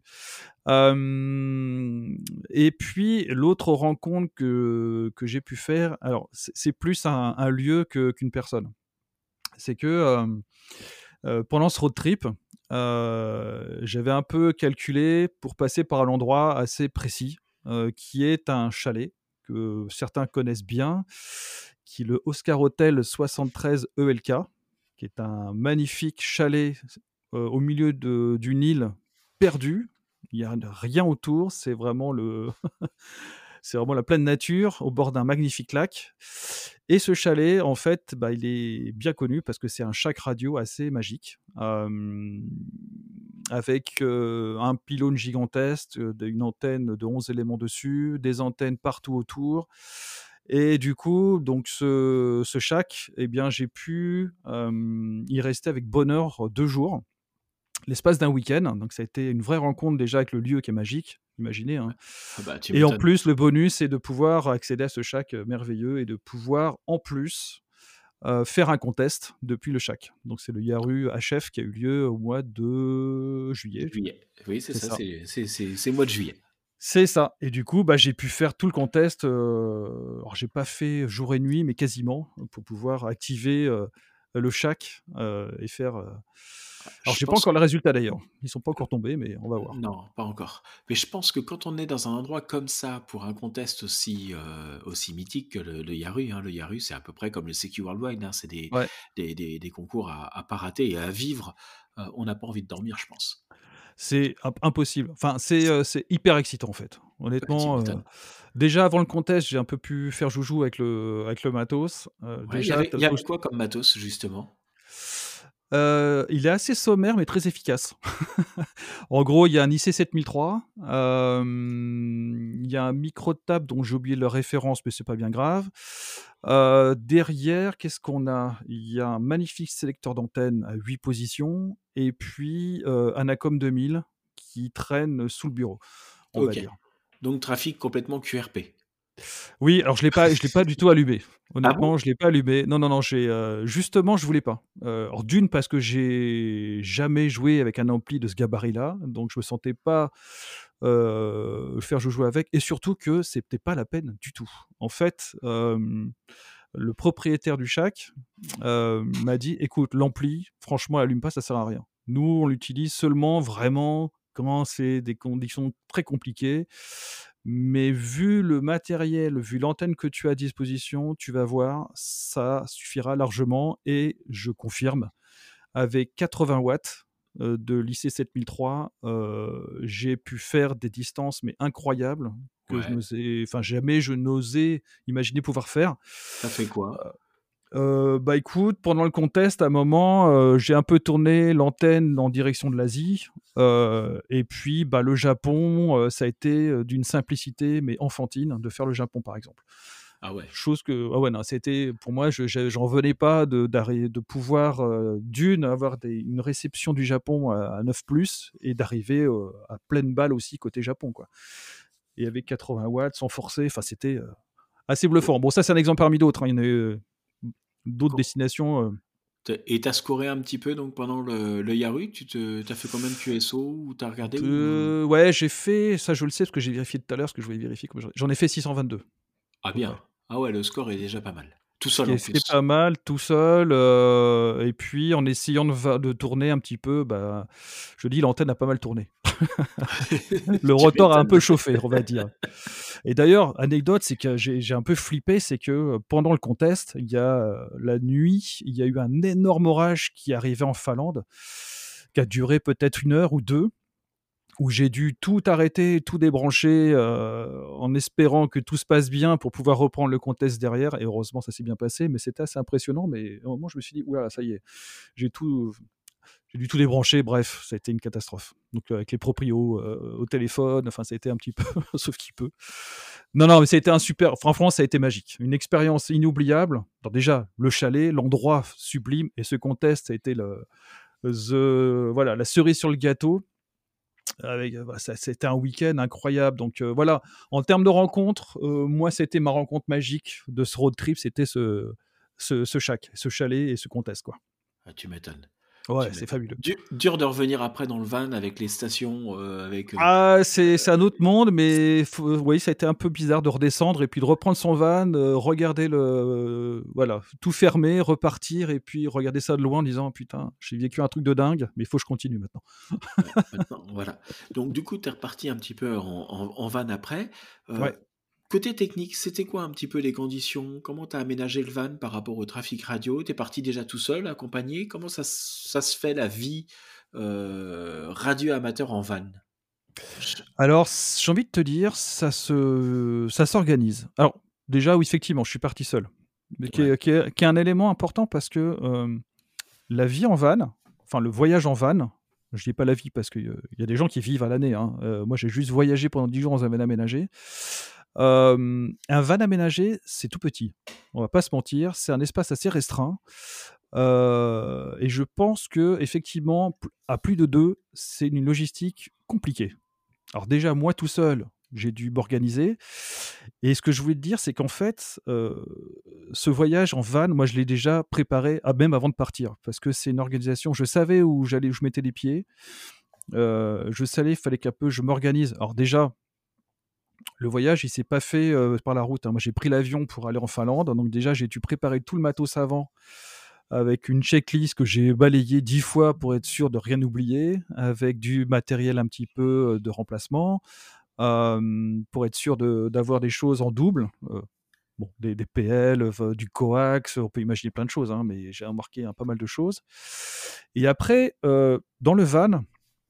Et puis l'autre rencontre que j'ai pu faire, alors c'est plus un lieu qu'une personne. C'est que, pendant ce road trip, j'avais un peu calculé pour passer par un endroit assez précis, qui est un chalet que certains connaissent bien, qui est le Oscar Hotel 73 ELK, qui est un magnifique chalet, au milieu d'une île perdue. Il y a rien autour, c'est vraiment la pleine nature au bord d'un magnifique lac. Et ce chalet, en fait, bah, il est bien connu parce que c'est un shack radio assez magique, avec, un pylône gigantesque, une antenne de 11 éléments dessus, des antennes partout autour. Et du coup, donc ce shack, eh bien, j'ai pu, y rester avec bonheur 2 jours, l'espace d'un week-end. Donc ça a été une vraie rencontre déjà avec le lieu qui est magique, imaginez, hein. Ah bah, tu Et en m'étonnes. plus, le bonus, c'est de pouvoir accéder à ce shack, merveilleux, et de pouvoir, en plus, faire un contest depuis le shack. Donc c'est le Yaru HF qui a eu lieu au mois de juillet, Juillet. Oui, c'est c'est ça, ça. c'est le mois de juillet. C'est ça, et du coup, bah, j'ai pu faire tout le contest, alors j'ai pas fait jour et nuit, mais quasiment, pour pouvoir activer, le shack, et faire, alors Je j'ai pas pense encore les résultats d'ailleurs. Ils sont pas encore tombés, mais on va voir. non, pas encore. Mais je pense que quand on est dans un endroit comme ça, pour un contest aussi mythique que le Yaru, hein, le Yaru, c'est à peu près comme le CQ Worldwide, hein, c'est Ouais. des concours à pas rater et à vivre. On n'a pas envie de dormir, je pense. C'est impossible. Enfin, c'est hyper excitant, en fait. Ouais, tu Honnêtement, m'étonnes. déjà avant le contest, j'ai un peu pu faire joujou avec le matos. Ouais, Déjà, il tu y as avait quoi comme matos, justement? il est assez sommaire mais très efficace. En gros, il y a un IC7003, il y a un micro de table dont j'ai oublié la référence, mais c'est pas bien grave. Derrière, qu'est-ce qu'on a? Il y a un magnifique sélecteur d'antenne à 8 positions et puis, un Acom 2000 qui traîne sous le bureau, on va OK. dire. Donc trafic complètement QRP. Oui, alors je l'ai pas du tout allumé. Ah bon? Honnêtement, je l'ai pas allumé. Non, non, non, justement, je voulais pas. Alors d'une parce que j'ai jamais joué avec un ampli de ce gabarit-là, donc je me sentais pas, faire jouer avec, et surtout que c'était pas la peine du tout. En fait, le propriétaire du shack m'a dit écoute, l'ampli, franchement, allume pas, ça sert à rien. Nous, on l'utilise seulement vraiment quand c'est des conditions très compliquées. Mais vu le matériel, vu l'antenne que tu as à disposition, tu vas voir, ça suffira largement. Et je confirme, avec 80 watts de lycée 7003, j'ai pu faire des distances mais incroyables que Ouais. jamais je n'osais imaginer pouvoir faire. T'as fait quoi? Bah écoute, pendant le contest, à un moment, j'ai un peu tourné l'antenne en direction de l'Asie. Et puis, bah, le Japon, ça a été d'une simplicité mais enfantine de faire le Japon, par exemple. Ah ouais. Chose que ah ouais, non, c'était pour moi, j'en revenais pas de pouvoir, avoir une réception du Japon à 9+, et d'arriver, à pleine balle aussi côté Japon, quoi. Et avec 80 watts, sans forcer, enfin, c'était, assez bluffant. Bon, ça, c'est un exemple parmi d'autres, hein. Il y en a eu, d'autres Co- destinations, Et t'as scoré un petit peu donc pendant le Yaru? T'as fait combien de QSO ou t'as regardé ou... ouais, j'ai fait ça, je le sais parce que j'ai vérifié tout à l'heure, parce que je voulais vérifier comme j'en ai fait 622 Ah à peu bien. près. Ah ouais, le score est déjà pas mal. Tout Ce seul qui en est plus. c'est pas mal tout seul, et puis en essayant de tourner un petit peu, bah, je dis l'antenne a pas mal tourné. Le Tu rotor a un peu m'étonnes. chauffé, on va dire. Et d'ailleurs, anecdote, c'est que j'ai un peu flippé, c'est que, pendant le contest, il y a, la nuit, il y a eu un énorme orage qui arrivait en Finlande, qui a duré peut-être 1 heure ou 2, où j'ai dû tout arrêter, tout débrancher, en espérant que tout se passe bien pour pouvoir reprendre le contest derrière, et heureusement ça s'est bien passé, mais c'était assez impressionnant. Mais à un moment je me suis dit: «Ouh là, ça y est, j'ai tout j'ai dû tout débrancher», bref, ça a été une catastrophe. Donc avec les proprios, au téléphone, enfin ça a été un petit peu sauf qui peut. Non, non, mais ça a été un super franchement ça a été magique. Une expérience inoubliable. Alors déjà, le chalet, l'endroit sublime, et ce contest, ça a été la cerise sur le gâteau. Avec, bah, ça c'était un week-end incroyable. Donc voilà, en termes de rencontres, moi, c'était ma rencontre magique de ce road trip, c'était ce shack, ce chalet et ce contest, quoi. Ah, tu m'étonnes. Ouais, Tu c'est m'étonnes. fabuleux. Dur de revenir après dans le van avec les stations, avec... Ah, c'est un autre monde, mais oui, ça a été un peu bizarre de redescendre et puis de reprendre son van, regarder voilà, tout fermer, repartir et puis regarder ça de loin en disant: «Putain, j'ai vécu un truc de dingue, mais il faut que je continue maintenant». ouais, maintenant, voilà. Donc du coup, tu es reparti un petit peu en van après. Ouais. Côté technique, c'était quoi un petit peu les conditions? Comment tu as aménagé le van par rapport au trafic radio? Tu es parti déjà tout seul, accompagné? Comment ça se fait la vie radio amateur en van? Ch Alors, j'ai envie de te dire, ça s'organise. Alors, déjà, oui, effectivement, je suis parti seul, mais Ouais, qui est un élément important parce que, la vie en van, enfin le voyage en van, je dis pas la vie parce qu'il y a des gens qui vivent à l'année, hein, moi j'ai juste voyagé pendant 10 jours dans un van aménagé. Un van aménagé, c'est tout petit. On va pas se mentir, c'est un espace assez restreint, et je pense qu'effectivement, à plus de 2, c'est une logistique compliquée. Alors déjà, moi tout seul, j'ai dû m'organiser, et ce que je voulais te dire, c'est qu'en fait, ce voyage en van, moi je l'ai déjà préparé, même avant de partir, parce que c'est une organisation, je savais où je mettais les pieds, je savais, il fallait qu'un peu je m'organise. Alors déjà, le voyage, il s'est pas fait, par la route, hein. Moi j'ai pris l'avion pour aller en Finlande, donc déjà j'ai dû préparer tout le matos avant, avec une checklist que j'ai balayée 10 fois pour être sûr de rien oublier, avec du matériel un petit peu, de remplacement. Pour être sûr d'avoir des choses en double, bon, des PL, du coax, on peut imaginer plein de choses, hein, mais j'ai remarqué, hein, pas mal de choses. Et après, dans le van,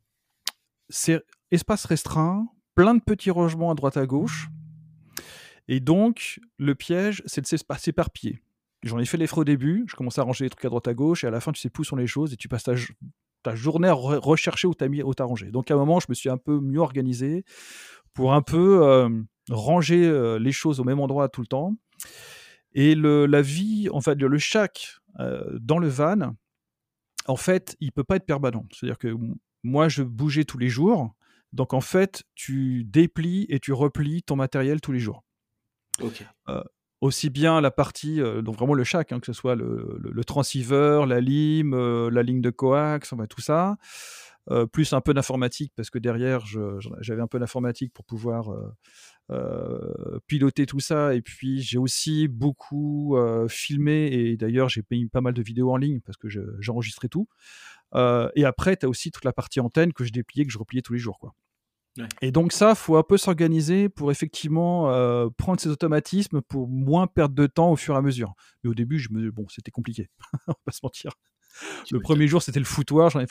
c'est espace restreint, plein de petits rangements à droite à gauche, et donc le piège, c'est de s'éparpiller. J'en ai fait les frais au début, je commençais à ranger les trucs à droite à gauche, et à la fin, tu sais plus où sont les choses et tu passes ta journée à rechercher où t'as rangé. Donc à un moment, je me suis un peu mieux organisé pour un peu, ranger, les choses au même endroit tout le temps. Et la vie, en fait, le shack, dans le van, en fait, il peut pas être permanent. C'est-à-dire que moi, je bougeais tous les jours, donc en fait, tu déplies et tu replies ton matériel tous les jours. OK. Heu, Aussi bien la partie, donc vraiment le shack, hein, que ce soit le transceiver, la lime, la ligne de coax, enfin tout ça. plus un peu d'informatique parce que derrière, j'avais un peu d'informatique pour pouvoir piloter tout ça. Et puis, j'ai aussi beaucoup filmé et d'ailleurs, j'ai mis pas mal de vidéos en ligne parce que j'enregistrais tout. Et après, tu as aussi toute la partie antenne que je dépliais, que je repliais tous les jours, quoi. Ouais. Et donc ça, faut un peu s'organiser pour effectivement prendre ces automatismes pour moins perdre de temps au fur et à mesure. Mais au début, bon, c'était compliqué, on va pas se mentir. Tu Le m'étonnes. premier jour, c'était le foutoir, j'en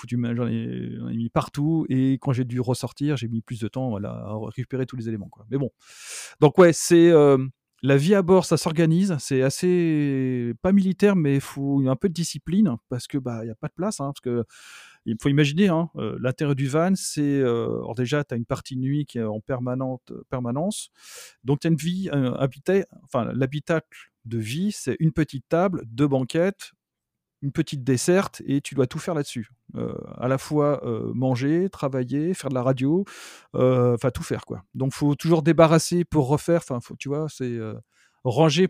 ai mis partout, et quand j'ai dû ressortir, j'ai mis plus de temps, voilà, à récupérer tous les éléments, quoi. Mais bon, donc ouais, c'est la vie à bord, ça s'organise, c'est assez pas militaire, mais il faut un peu de discipline parce que bah il y a pas de place, hein, parce que il faut imaginer, hein, l'intérieur du van, c'est alors déjà tu as une partie nuit qui est en permanence, donc tu as une vie enfin l'habitacle de vie, c'est une petite table, deux banquettes, une petite desserte, et tu dois tout faire là-dessus. À la fois manger, travailler, faire de la radio, enfin tout faire, quoi. Donc faut toujours débarrasser pour refaire. Enfin, tu vois, c'est ranger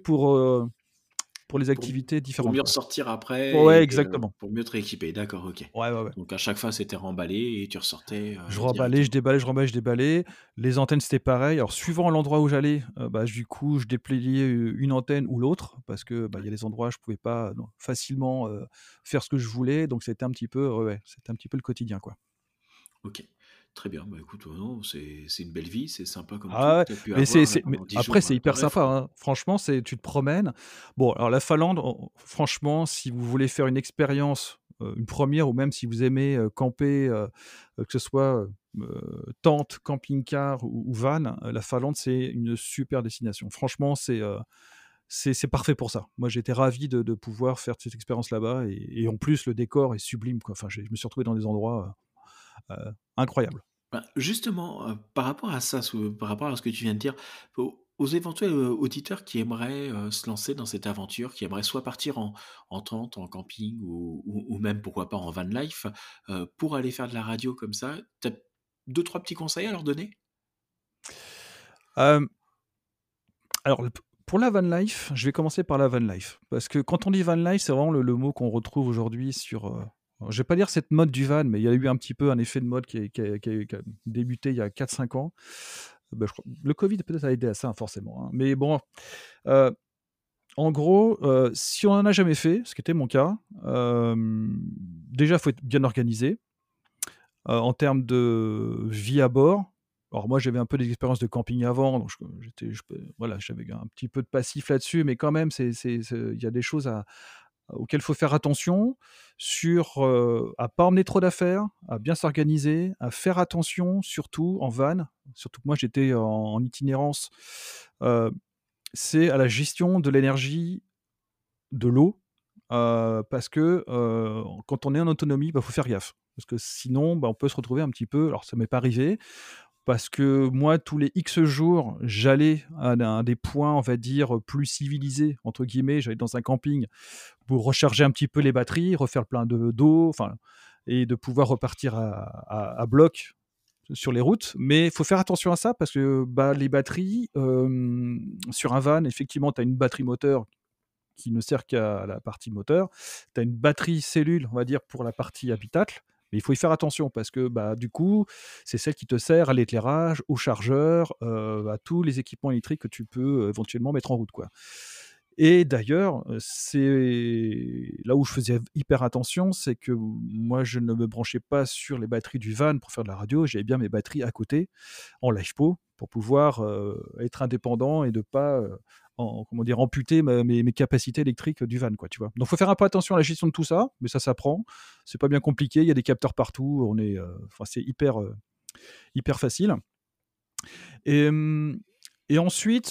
pour les Pour activités pour différentes, mieux quoi. ressortir après Ouais, et exactement. pour mieux te rééquiper. D'accord, OK. Ouais, ouais, ouais. Donc à chaque fois, c'était remballé et tu ressortais, Je remballais, je directement. déballais, je remballais, je déballais. Les antennes, c'était pareil. Alors, suivant l'endroit où j'allais, bah, du coup, je dépliais une antenne ou l'autre parce que, bah, il y a des endroits, je pouvais pas non, facilement faire ce que je voulais. Donc, c'était un petit peu, ouais, c'était un petit peu le quotidien, quoi. OK. Très bien. Bah, écoute, non, c'est une belle vie, c'est sympa comme tout Ah que ouais, tu as pu mais avoir là mais pendant 10 après, jours, c'est ton hyper rêve, sympa, quoi. hein. Franchement, tu te promènes. Bon, alors la Finlande, franchement, si vous voulez faire une expérience, une première, ou même si vous aimez camper, que ce soit tente, camping-car ou van, la Finlande, c'est une super destination. Franchement, c'est parfait pour ça. Moi, j'étais ravi de pouvoir faire cette expérience là-bas, et en plus, le décor est sublime, quoi. Enfin, je me suis retrouvé dans des endroits incroyables. Bah, justement, par rapport à ça, par rapport à ce que tu viens de dire, aux éventuels, auditeurs qui aimeraient, se lancer dans cette aventure, qui aimeraient soit partir en tente, en camping ou même pourquoi pas en van life, pour aller faire de la radio comme ça, tu as 2-3 petits conseils à leur donner? Hem Alors, pour la van life, je vais commencer par la van life. Parce que quand on dit van life, c'est vraiment le mot qu'on retrouve aujourd'hui sur. Je vais pas dire cette mode du van, mais il y a eu un petit peu un effet de mode qui a débuté il y a 4-5 ans. Je crois, le Covid peut-être a aidé à ça, hein, forcément, hein. Mais bon, euh, en gros, si on n'en a jamais fait, ce qui était mon cas, déjà, il faut être bien organisé en termes de vie à bord. Alors moi, j'avais un peu des expériences de camping avant, donc voilà, j'avais un petit peu de passif là-dessus, mais quand même, il y a des choses auxquelles il faut faire attention, à pas emmener trop d'affaires, à bien s'organiser, à faire attention, surtout en van, surtout que moi j'étais en itinérance, euh, c'est à la gestion de l'énergie, de l'eau, parce que quand on est en autonomie, il faut faire gaffe. Parce que sinon, on peut se retrouver un petit peu, alors ça m'est pas arrivé, parce que moi, tous les X jours, j'allais à des points, on va dire, plus «civilisés» entre guillemets. J'allais dans un camping pour recharger un petit peu les batteries, refaire le plein d'eau, enfin, et de pouvoir repartir à bloc sur les routes. Mais il faut faire attention à ça parce que, bah, les batteries, sur un van, effectivement, tu as une batterie moteur qui ne sert qu'à la partie moteur. Tu as une batterie cellule, on va dire, pour la partie habitacle. Mais il faut y faire attention parce que, bah, du coup, c'est celle qui te sert à l'éclairage, au chargeur, à tous les équipements électriques que tu peux éventuellement mettre en route, quoi. Et d'ailleurs, c'est là où je faisais hyper attention, c'est que moi, je ne me branchais pas sur les batteries du van pour faire de la radio. J'avais bien mes batteries à côté, en LiFePO, pour pouvoir être indépendant et de pas comment dire, amputer mes capacités électriques du van, quoi, tu vois. Donc, il faut faire un peu attention à la gestion de tout ça, mais ça s'apprend. C'est pas bien compliqué. Il y a des capteurs partout. Enfin, c'est hyper facile. Et, et ensuite,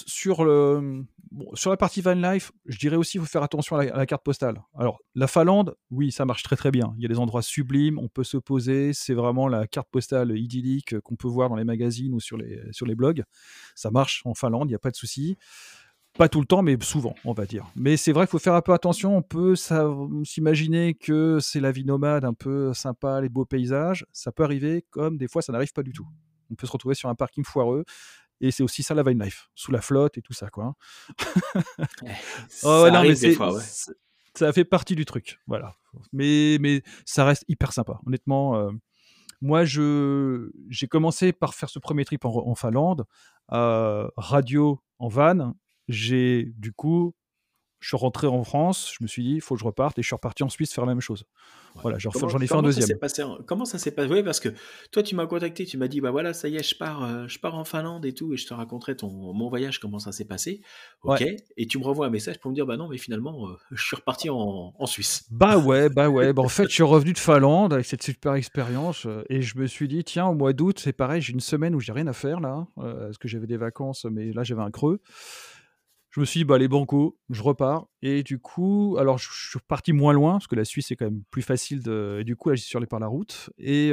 sur la partie van life, je dirais aussi qu'il faut faire attention à la carte postale. Alors, la Finlande, oui, ça marche très très bien. Il y a des endroits sublimes, on peut se poser. C'est vraiment la carte postale idyllique qu'on peut voir dans les magazines ou sur les blogs. Ça marche en Finlande, il n'y a pas de souci. Pas tout le temps, mais souvent, on va dire. Mais c'est vrai qu'il faut faire un peu attention. On peut s'imaginer que c'est la vie nomade un peu sympa, les beaux paysages. Ça peut arriver, comme des fois, ça n'arrive pas du tout. On peut se retrouver sur un parking foireux. Et c'est aussi ça la van life, sous la flotte et tout ça, quoi, hein. Ouais, Oh ouais, ça non, mais arrive des fois, ouais. ça fait partie du truc, voilà. Mais ça reste hyper sympa. Honnêtement, moi, j'ai commencé par faire ce premier trip en Finlande, radio en van. Du coup, je suis rentré en France, je me suis dit, il faut que je reparte, et je suis reparti en Suisse faire la même chose. Ouais. Voilà, j'en Comment, ai fait un comment ça s'est deuxième. passé comment ça s'est passé? Oui, parce que toi, tu m'as contacté, tu m'as dit, bah voilà, ça y est, je pars en Finlande et tout, et je te raconterai mon voyage, comment ça s'est passé. Ouais. Ok. Et tu me renvoies un message pour me dire, bah non, mais finalement, je suis reparti en Suisse. Bah ouais. Bah, en fait, je suis revenu de Finlande avec cette super expérience, et je me suis dit, tiens, au mois d'août, c'est pareil, j'ai une semaine où j'ai rien à faire là, parce que j'avais des vacances, mais là j'avais un creux. Je me suis dit, bah les banco, je repars. Et du coup, alors je suis parti moins loin, parce que la Suisse c'est quand même plus facile et du coup là j'y suis allé par la route.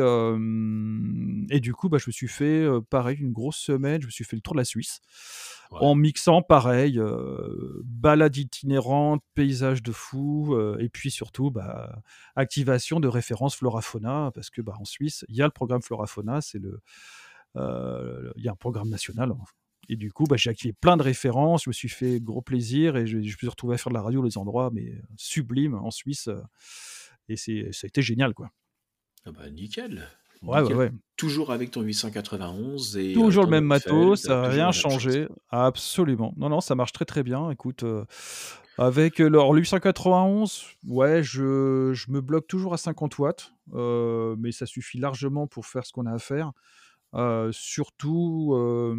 Et du coup, bah, je me suis fait pareil, une grosse semaine, je me suis fait le tour de la Suisse, Ouais. en mixant pareil, balade itinérante, paysage de fou, et puis surtout bah, activation de références Flora-Fauna, parce que bah, en Suisse, il y a le programme Flora-Fauna, il y a un programme national. Et du coup, bah, j'ai activé plein de références, je me suis fait gros plaisir, et je me suis retrouvé à faire de la radio dans des endroits mais sublimes en Suisse, et ça a été génial, quoi. Ah bah nickel, Ouais, ouais, nickel. ouais. Toujours avec ton 891 et Toujours le ton même matos, Neufeld, ça n'a toujours rien la même chose. changé. Absolument. Non, non, ça marche très très bien. Écoute, avec alors, le 891, ouais, je me bloque toujours à 50 watts, mais ça suffit largement pour faire ce qu'on a à faire. Surtout,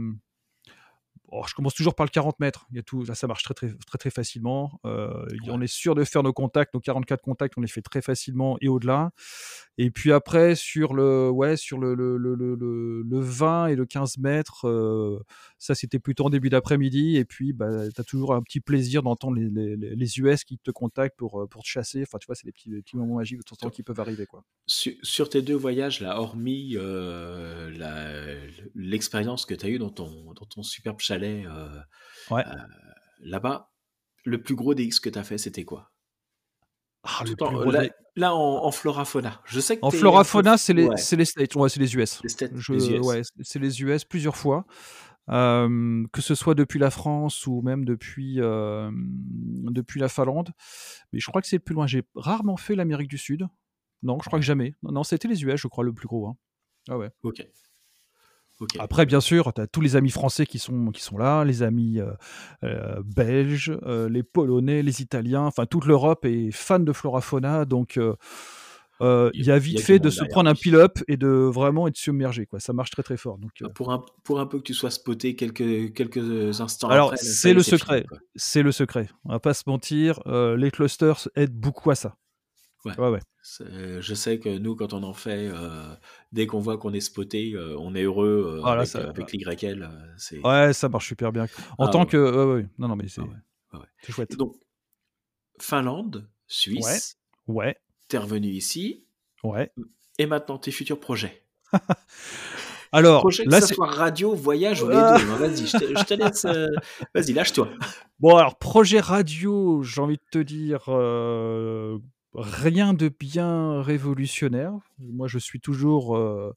je commence toujours par le 40 mètres. Il y a tout, là, ça marche très, très, très, très facilement. Ouais. On est sûr de faire nos contacts, nos 44 contacts, on les fait très facilement et au-delà. Et puis après, sur le 20 et le 15 mètres, ça c'était plutôt en début d'après-midi. Et puis, bah, tu as toujours un petit plaisir d'entendre les US qui te contactent pour te chasser. Enfin, tu vois, c'est des petits moments magiques de temps en temps qui peuvent arriver, quoi. Sur tes deux voyages, là, hormis l'expérience que tu as eue dans ton superbe chalet Ouais. euh, là-bas, le plus gros DX que tu as fait, c'était quoi? Ah, le Tout plus en, gros là, des. là, en flora-fauna. Je sais que En tu es un peu... flora-fauna, Ouais, c'est les States, ouais, c'est les US. les US. Ouais, c'est les US plusieurs fois. Que ce soit depuis la France ou même depuis la Finlande. Mais je crois que c'est le plus loin. J'ai rarement fait l'Amérique du Sud. Non, je crois que Ouais, jamais. Non, non, c'était les US, je crois, le plus gros, hein. Ah ouais. ok, ok. Après, bien sûr, tu as tous les amis français qui sont là, les amis belges, les Polonais, les Italiens, enfin toute l'Europe est fan de Flora-Fauna, donc il y a Il y vite a du fait de monde se derrière prendre un lui. pile-up et de vraiment être submergé, quoi. Ça marche très très fort. Donc, Pour un peu que tu sois spoté quelques instants alors après, là, ça c'est y est, le c'est fini, secret, quoi. c'est le secret. On va pas se mentir, les clusters aident beaucoup à ça. Ouais. Ouais, ouais. Je sais que nous, quand on en fait, dès qu'on voit qu'on est spoté, on est heureux Voilà, ça, avec l'YL. C'est... ouais, ça marche super bien. En Ah tant ouais, que, ouais, ouais. Non, non, mais ah ouais, ah ouais. c'est Et chouette. donc, Finlande, Ouais, Suisse, ouais, t'es revenu ici, ouais. et maintenant tes futurs projets. Alors Projets que là, ça c'est soit radio, voyage ou les deux, hein. Vas-y, je te laisse. Vas-y, lâche-toi. bon, alors projet radio, j'ai envie de te dire, rien de bien révolutionnaire. Moi, je suis toujours,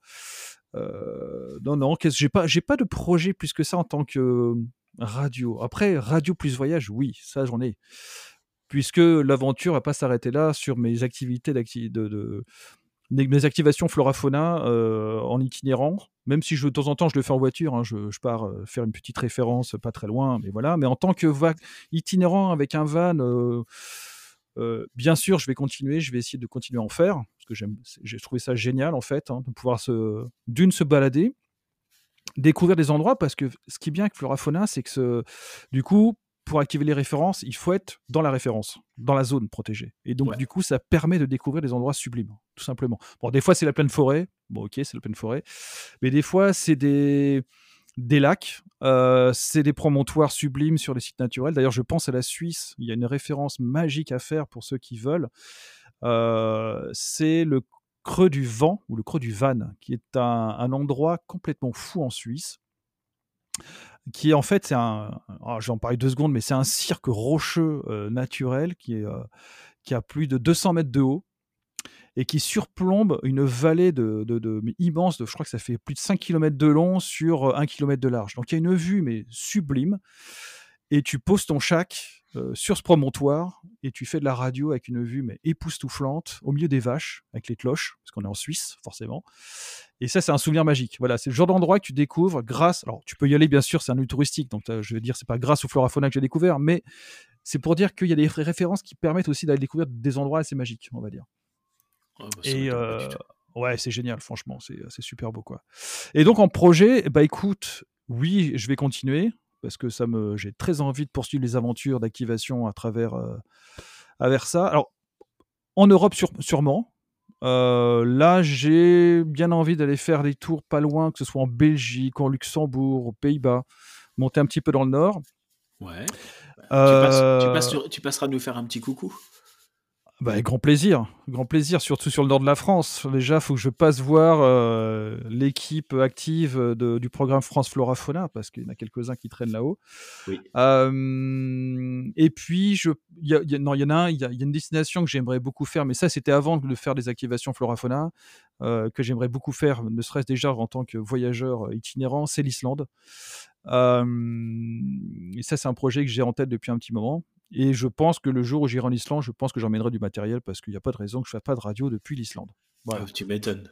non, non, j'ai pas de projet plus que ça en tant que radio. Après, radio plus voyage, oui, ça j'en ai. Puisque l'aventure va pas s'arrêter là sur mes activités mes activations flora-fauna en itinérant, même si de temps en temps je le fais en voiture, hein, je pars faire une petite référence pas très loin, mais voilà. Mais en tant que itinérant avec un van, bien sûr, je vais essayer de continuer à en faire, parce que j'ai trouvé ça génial en fait, hein, de pouvoir se balader, découvrir des endroits, parce que ce qui est bien avec Flora-Fauna, c'est que du coup, pour activer les références, il faut être dans la référence, dans la zone protégée. Et donc, Ouais. du coup, ça permet de découvrir des endroits sublimes, tout simplement. Bon, des fois, c'est la pleine forêt. Bon, ok, c'est la pleine forêt. Mais des fois, c'est des lacs, c'est des promontoires sublimes sur les sites naturels. D'ailleurs, je pense à la Suisse. Il y a une référence magique à faire pour ceux qui veulent. C'est le creux du Vent, ou le creux du Van, qui est un endroit complètement fou en Suisse, qui est en fait, j'en parle 2 secondes, mais c'est un cirque rocheux naturel qui a plus de 200 mètres de haut et qui surplombe une vallée mais immense, je crois que ça fait plus de 5 km de long sur 1 km de large. Donc il y a une vue mais sublime. et tu poses ton shack sur ce promontoire et tu fais de la radio avec une vue mais époustouflante au milieu des vaches avec les cloches parce qu'on est en Suisse forcément. Et ça c'est un souvenir magique. Voilà, c'est le genre d'endroit que tu découvres grâce. Alors tu peux y aller bien sûr, c'est un lieu touristique donc je veux dire c'est pas grâce au Flora Fauna que j'ai découvert, mais c'est pour dire qu'il y a des références qui permettent aussi d'aller découvrir des endroits assez magiques, on va dire. Ah bah, ça Et m'étonne pas du tout. ouais, c'est génial, franchement, c'est super beau, quoi. Et donc en projet, bah écoute, oui, je vais continuer parce que j'ai très envie de poursuivre les aventures d'activation à travers ça. Alors en Europe sûrement. Là, j'ai bien envie d'aller faire des tours pas loin, que ce soit en Belgique, en Luxembourg, aux Pays-Bas, monter un petit peu dans le nord. Ouais. Bah, Euh, tu passeras nous faire un petit coucou. Bah, grand plaisir, surtout sur le nord de la France. Déjà, il faut que je passe voir l'équipe active du programme France Flora Fauna, parce qu'il y en a quelques-uns qui traînent là-haut. Oui. Et puis, non, il y en a un, il y a une destination que j'aimerais beaucoup faire, mais ça, c'était avant de faire des activations Flora Fauna, que j'aimerais beaucoup faire, ne serait-ce déjà en tant que voyageur itinérant, c'est l'Islande. Et ça, c'est un projet que j'ai en tête depuis un petit moment. Et je pense que le jour où j'irai en Islande, je pense que j'emmènerai du matériel parce qu'il n'y a pas de raison que je ne fasse pas de radio depuis l'Islande. Ah, Voilà. tu m'étonnes.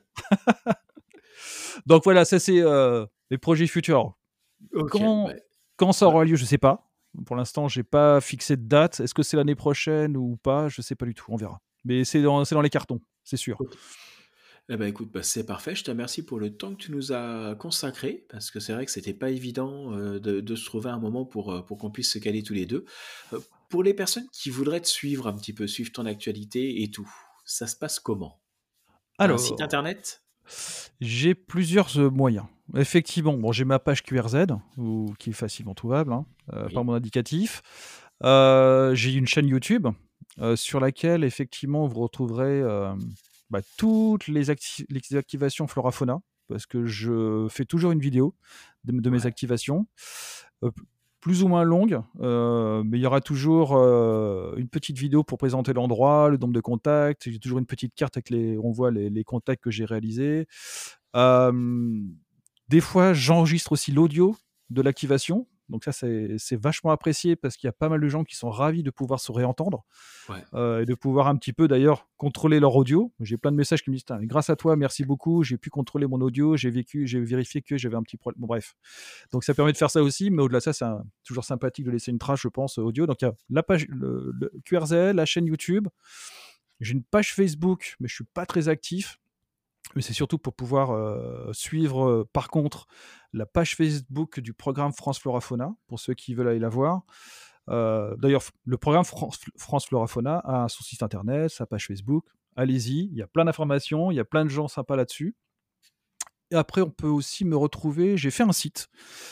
Donc voilà, ça c'est les projets futurs. Ok. Quand, Bah, quand ça bah, aura lieu, je ne sais pas. Pour l'instant, je n'ai pas fixé de date. Est-ce que c'est l'année prochaine ou pas? Je ne sais pas du tout. On verra. Mais c'est dans les cartons, c'est sûr. ok. Eh ben écoute, bah, c'est parfait. Je te remercie pour le temps que tu nous as consacré, parce que c'est vrai que c'était pas évident de se trouver un moment pour qu'on puisse se caler tous les deux. Pour les personnes qui voudraient te suivre un petit peu, suivre ton actualité et tout, ça se passe comment? T'as un site Alors, internet? j'ai plusieurs moyens. Effectivement, bon, j'ai ma page QRZ, qui est facilement trouvable hein, par Oui. mon indicatif. J'ai une chaîne YouTube sur laquelle, effectivement, vous retrouverez toutes les activations Flora Fauna, parce que je fais toujours une vidéo de mes Ouais. activations, euh, plus ou moins longue, mais il y aura toujours une petite vidéo pour présenter l'endroit, le nombre de contacts. J'ai toujours une petite carte avec on voit les contacts que j'ai réalisés. Euh, des fois, j'enregistre aussi l'audio de l'activation. Donc ça, c'est vachement apprécié parce qu'il y a pas mal de gens qui sont ravis de pouvoir se réentendre Ouais. et de pouvoir un petit peu d'ailleurs contrôler leur audio. J'ai plein de messages qui me disent grâce à toi, merci beaucoup, j'ai pu contrôler mon audio, j'ai vérifié que j'avais un petit problème. Bon, bref. Donc ça permet de faire ça aussi, mais au-delà de ça, c'est toujours sympathique de laisser une trace, je pense, audio. Donc il y a la page, le QRZ, la chaîne YouTube. J'ai une page Facebook, mais je suis pas très actif. Mais c'est surtout pour pouvoir suivre, par contre, la page Facebook du programme France Flora Fauna, pour ceux qui veulent aller la voir. D'ailleurs, le programme France Flora Fauna a son site internet, sa page Facebook. Allez-y, il y a plein d'informations, il y a plein de gens sympas là-dessus. Et après, on peut aussi me retrouver. J'ai fait un site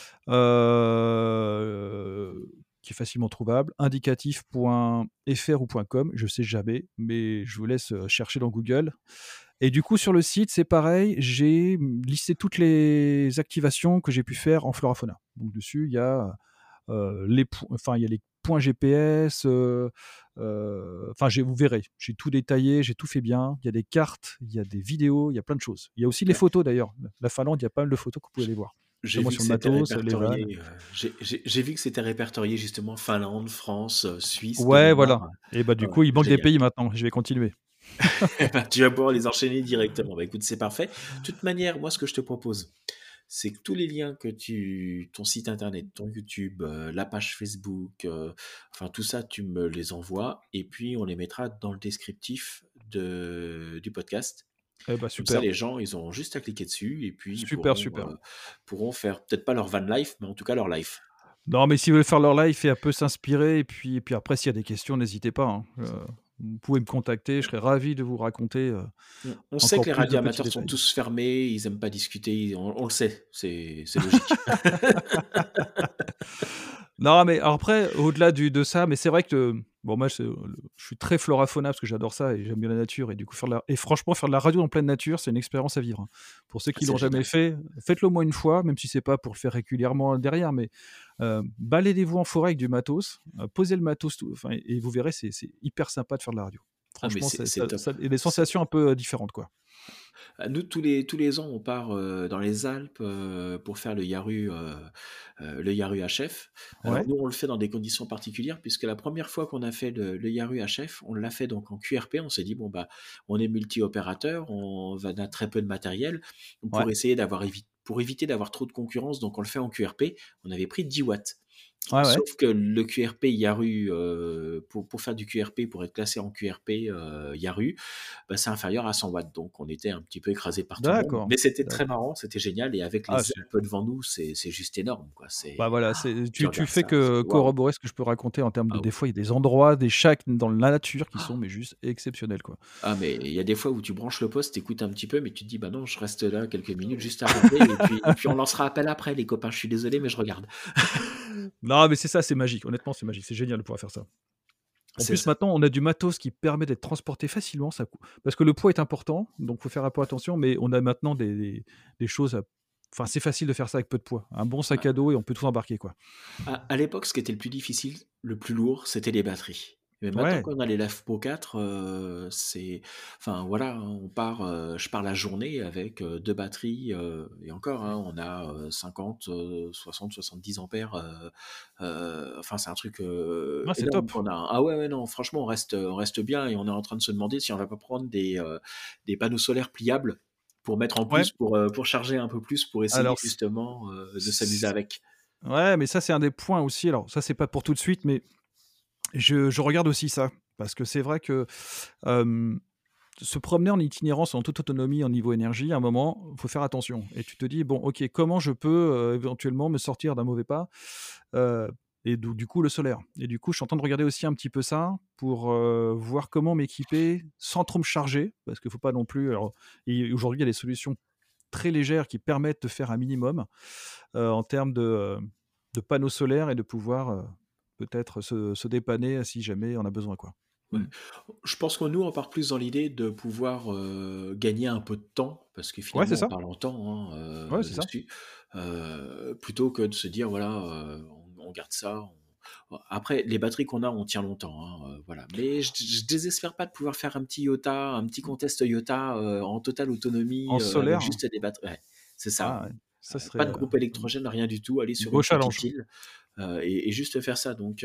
euh, qui est facilement trouvable, indicatif.fr ou .com, je sais jamais, mais je vous laisse chercher dans Google. Et du coup, sur le site, c'est pareil, j'ai listé toutes les activations que j'ai pu faire en Flora Fauna. Donc dessus, il y a il y a les points GPS. Vous verrez, j'ai tout détaillé, j'ai tout fait bien. Il y a des cartes, il y a des vidéos, il y a plein de choses. Il y a aussi les Ouais. photos d'ailleurs. La Finlande, il y a pas mal de photos que vous pouvez aller voir. J'ai Notamment vu que sur le c'était matos, les vannes. répertorié. J'ai vu que c'était répertorié justement Finlande, France, Suisse de Ouais, voilà. mémoire. Et bah Ah du ouais, coup, il manque des génial. pays maintenant. Je vais continuer. Tu vas pouvoir les enchaîner directement. Bah, écoute, c'est parfait. De toute manière, moi, ce que je te propose, c'est que tous les liens ton site internet, ton YouTube, la page Facebook, enfin tout ça, tu me les envoies et puis on les mettra dans le descriptif du podcast. Eh bah Comme ça, super, les gens, ils ont juste à cliquer dessus et puis ils super, super. pourront faire peut-être pas leur van life, mais en tout cas leur life. Non, mais s'ils veulent faire leur live et un peu s'inspirer, et puis après, s'il y a des questions, n'hésitez pas, hein. Vous pouvez me contacter, je serai ravi de vous raconter On sait encore que les plus de petits radioamateurs sont détails. tous fermés, ils aiment pas discuter, on le sait, c'est logique. Non, mais alors après, au-delà de ça, mais c'est vrai que bon, moi, je suis très flora-fauna parce que j'adore ça et j'aime bien la nature. Et du coup, et franchement, faire de la radio en pleine nature, c'est une expérience à vivre, hein. Pour ceux qui C'est l'ont jamais génial. fait, faites-le au moins une fois, même si c'est pas pour le faire régulièrement derrière. Mais baladez-vous en forêt avec du matos, posez le matos, enfin, et vous verrez, c'est hyper sympa de faire de la radio. Ah, mais Franchement, c'est top. il y a des C'est sensations un peu différentes, quoi. Nous, tous les ans, on part dans les Alpes pour faire le Yaru HF. Alors, Ouais, nous, on le fait dans des conditions particulières, puisque la première fois qu'on a fait le Yaru HF, on l'a fait donc en QRP. On s'est dit, bon, bah, on est multi-opérateur, on a très peu de matériel, ouais, pour éviter d'avoir trop de concurrence, donc on le fait en QRP. On avait pris 10 watts. ouais, ouais. Sauf que le QRP Yaru, pour faire du QRP, pour être classé en QRP Yaru, bah, c'est inférieur à 100 watts. Donc on était un petit peu écrasé par tout le monde. D'accord, Mais c'était très d'accord. marrant, c'était génial. Et avec Ah, les Alpes devant nous, c'est juste énorme, quoi. bah, voilà, Tu tu regardes fais ça, c'est que waouh. corroborer ce que je peux raconter en termes de Ah des ouais. fois, il y a des endroits, des chacs dans la nature qui sont mais juste exceptionnels, quoi. Ah, mais il y a des fois où tu branches le poste, t'écoutes un petit peu, mais tu te dis, bah non, je reste là quelques minutes juste à regarder, et puis on lancera appel après, les copains. Je suis désolé, mais je regarde. Non, mais c'est ça, c'est magique. Honnêtement, c'est magique. C'est génial de pouvoir faire ça. En C'est plus, ça. maintenant, on a du matos qui permet d'être transporté facilement, parce que le poids est important, donc faut faire un peu attention, mais on a maintenant des choses enfin, c'est facile de faire ça avec peu de poids. Un bon sac à dos et on peut tout embarquer, quoi. À l'époque, ce qui était le plus difficile, le plus lourd, c'était les batteries. Mais maintenant Ouais, qu'on a les LAV Pro 4, enfin voilà, hein, je pars la journée avec 2 batteries, et encore, hein, on a 50, 60, 70 ampères. Enfin, c'est un truc ouais, c'est énorme top. qu'on a, hein. Ah ouais, ouais, non, franchement, on reste bien, et on est en train de se demander si on va pas prendre des panneaux solaires pliables pour mettre en Ouais, plus, pour charger un peu plus, pour essayer alors justement de s'amuser c avec. ouais, mais ça, c'est un des points aussi. Alors ça, c'est pas pour tout de suite, mais je regarde aussi ça, parce que c'est vrai que, hem se promener en itinérance en toute autonomie en niveau énergie, à un moment, il faut faire attention et tu te dis: «Bon, OK, comment je peux, éventuellement me sortir d'un mauvais pas?» heu et donc du coup, le solaire et du coup, je suis en train de regarder aussi un petit peu ça pour, voir comment m'équiper sans trop me charger parce qu'il faut pas non plus alors et aujourd'hui, il y a des solutions très légères qui permettent de faire un minimum, en termes de panneaux solaires et de pouvoir, peut-être se dépanner si jamais on a besoin, quoi. Ouais. Mmh. Je pense que nous, on part plus dans l'idée de pouvoir gagner un peu de temps, parce que Ouais, c'est finalement, on ça. parle en temps, hein, Ouais, c'est ça. dessus, plutôt que de se dire, voilà, on garde ça. Après, les batteries qu'on a, on tient longtemps, hein, voilà. Mais je désespère pas de pouvoir faire un petit contest Toyota en totale En autonomie avec solaire. juste des batteries. Ouais, c'est ça. Ah ouais, ça Pas serait, de groupe électrogène, rien du tout. Aller sur beau une petite challenge. île. Et juste faire ça. Donc,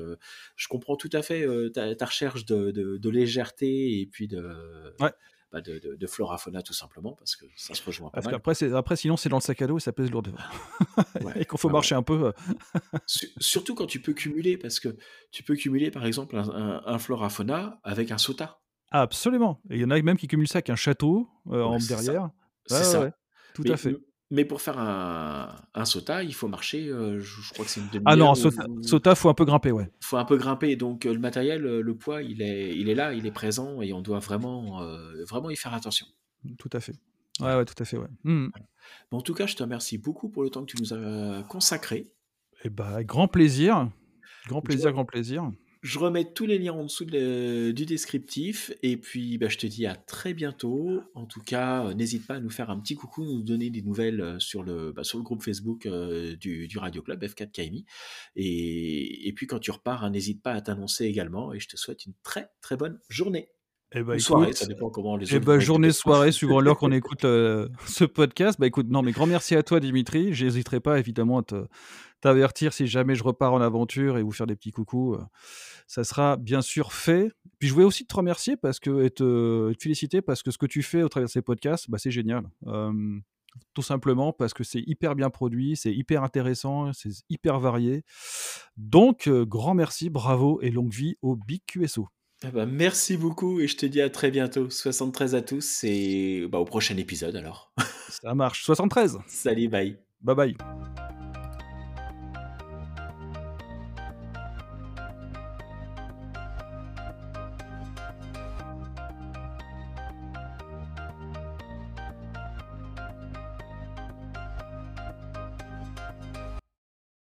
je comprends tout à fait ta recherche de légèreté, et puis Ouais, de flora fauna, tout simplement, parce que ça se rejoint pas parce mal. qu'après après sinon c'est dans le sac à dos et ça pèse lourd devant Ouais, et qu'il faut ouais, ouais. marcher un peu, Surtout quand tu peux cumuler, parce que tu peux cumuler, par exemple, un flora fauna avec un sota. absolument et il y en a même qui cumulent ça avec un château, Ouais, en c'est ça. derrière. Ouais, C'est ouais, ouais, ça. tout à Mais, fait. mais pour faire un sota, il faut marcher, je crois que c'est une Ah non, demi-heure. Sota, faut un peu grimper, ouais. Faut un peu grimper, donc le matériel, le poids, il est là, il est présent, et on doit vraiment y faire attention. Tout à fait. Ouais, Voilà. ouais, tout à fait, ouais. Mmh mh. Mais en tout cas, je te remercie beaucoup pour le temps que tu nous as consacré. Et bah, avec grand plaisir. Grand Je plaisir, grand plaisir. je remets tous les liens en dessous du descriptif, et puis, bah, je te dis à très bientôt. En tout cas, n'hésite pas à nous faire un petit coucou, nous donner des nouvelles sur le groupe Facebook du Radio Club F4KMI, et puis quand tu repars, hein, n'hésite pas à t'annoncer également, et je te souhaite une très, très bonne journée. Et bah, Ou soirée, ça écoute, dépend comment les et autres bah, vont journée, écouter. soirée, suivant l'heure qu'on écoute, ce podcast. Bah, écoute, non, mais grand merci à toi Dimitri. J'hésiterai pas évidemment à t'avertir si jamais je repars en aventure et vous faire des petits coucous, ça sera bien sûr fait. Puis je voulais aussi te remercier parce que et te féliciter parce que ce que tu fais au travers de ces podcasts, bah, c'est génial. Tout simplement parce que c'est hyper bien produit, c'est hyper intéressant, c'est hyper varié. Donc grand merci, bravo et longue vie au Big QSO. Ah bah, merci beaucoup, et je te dis à très bientôt. 73 à tous, et bah, au prochain épisode alors. Ça marche. 73. Salut, bye. Bye bye.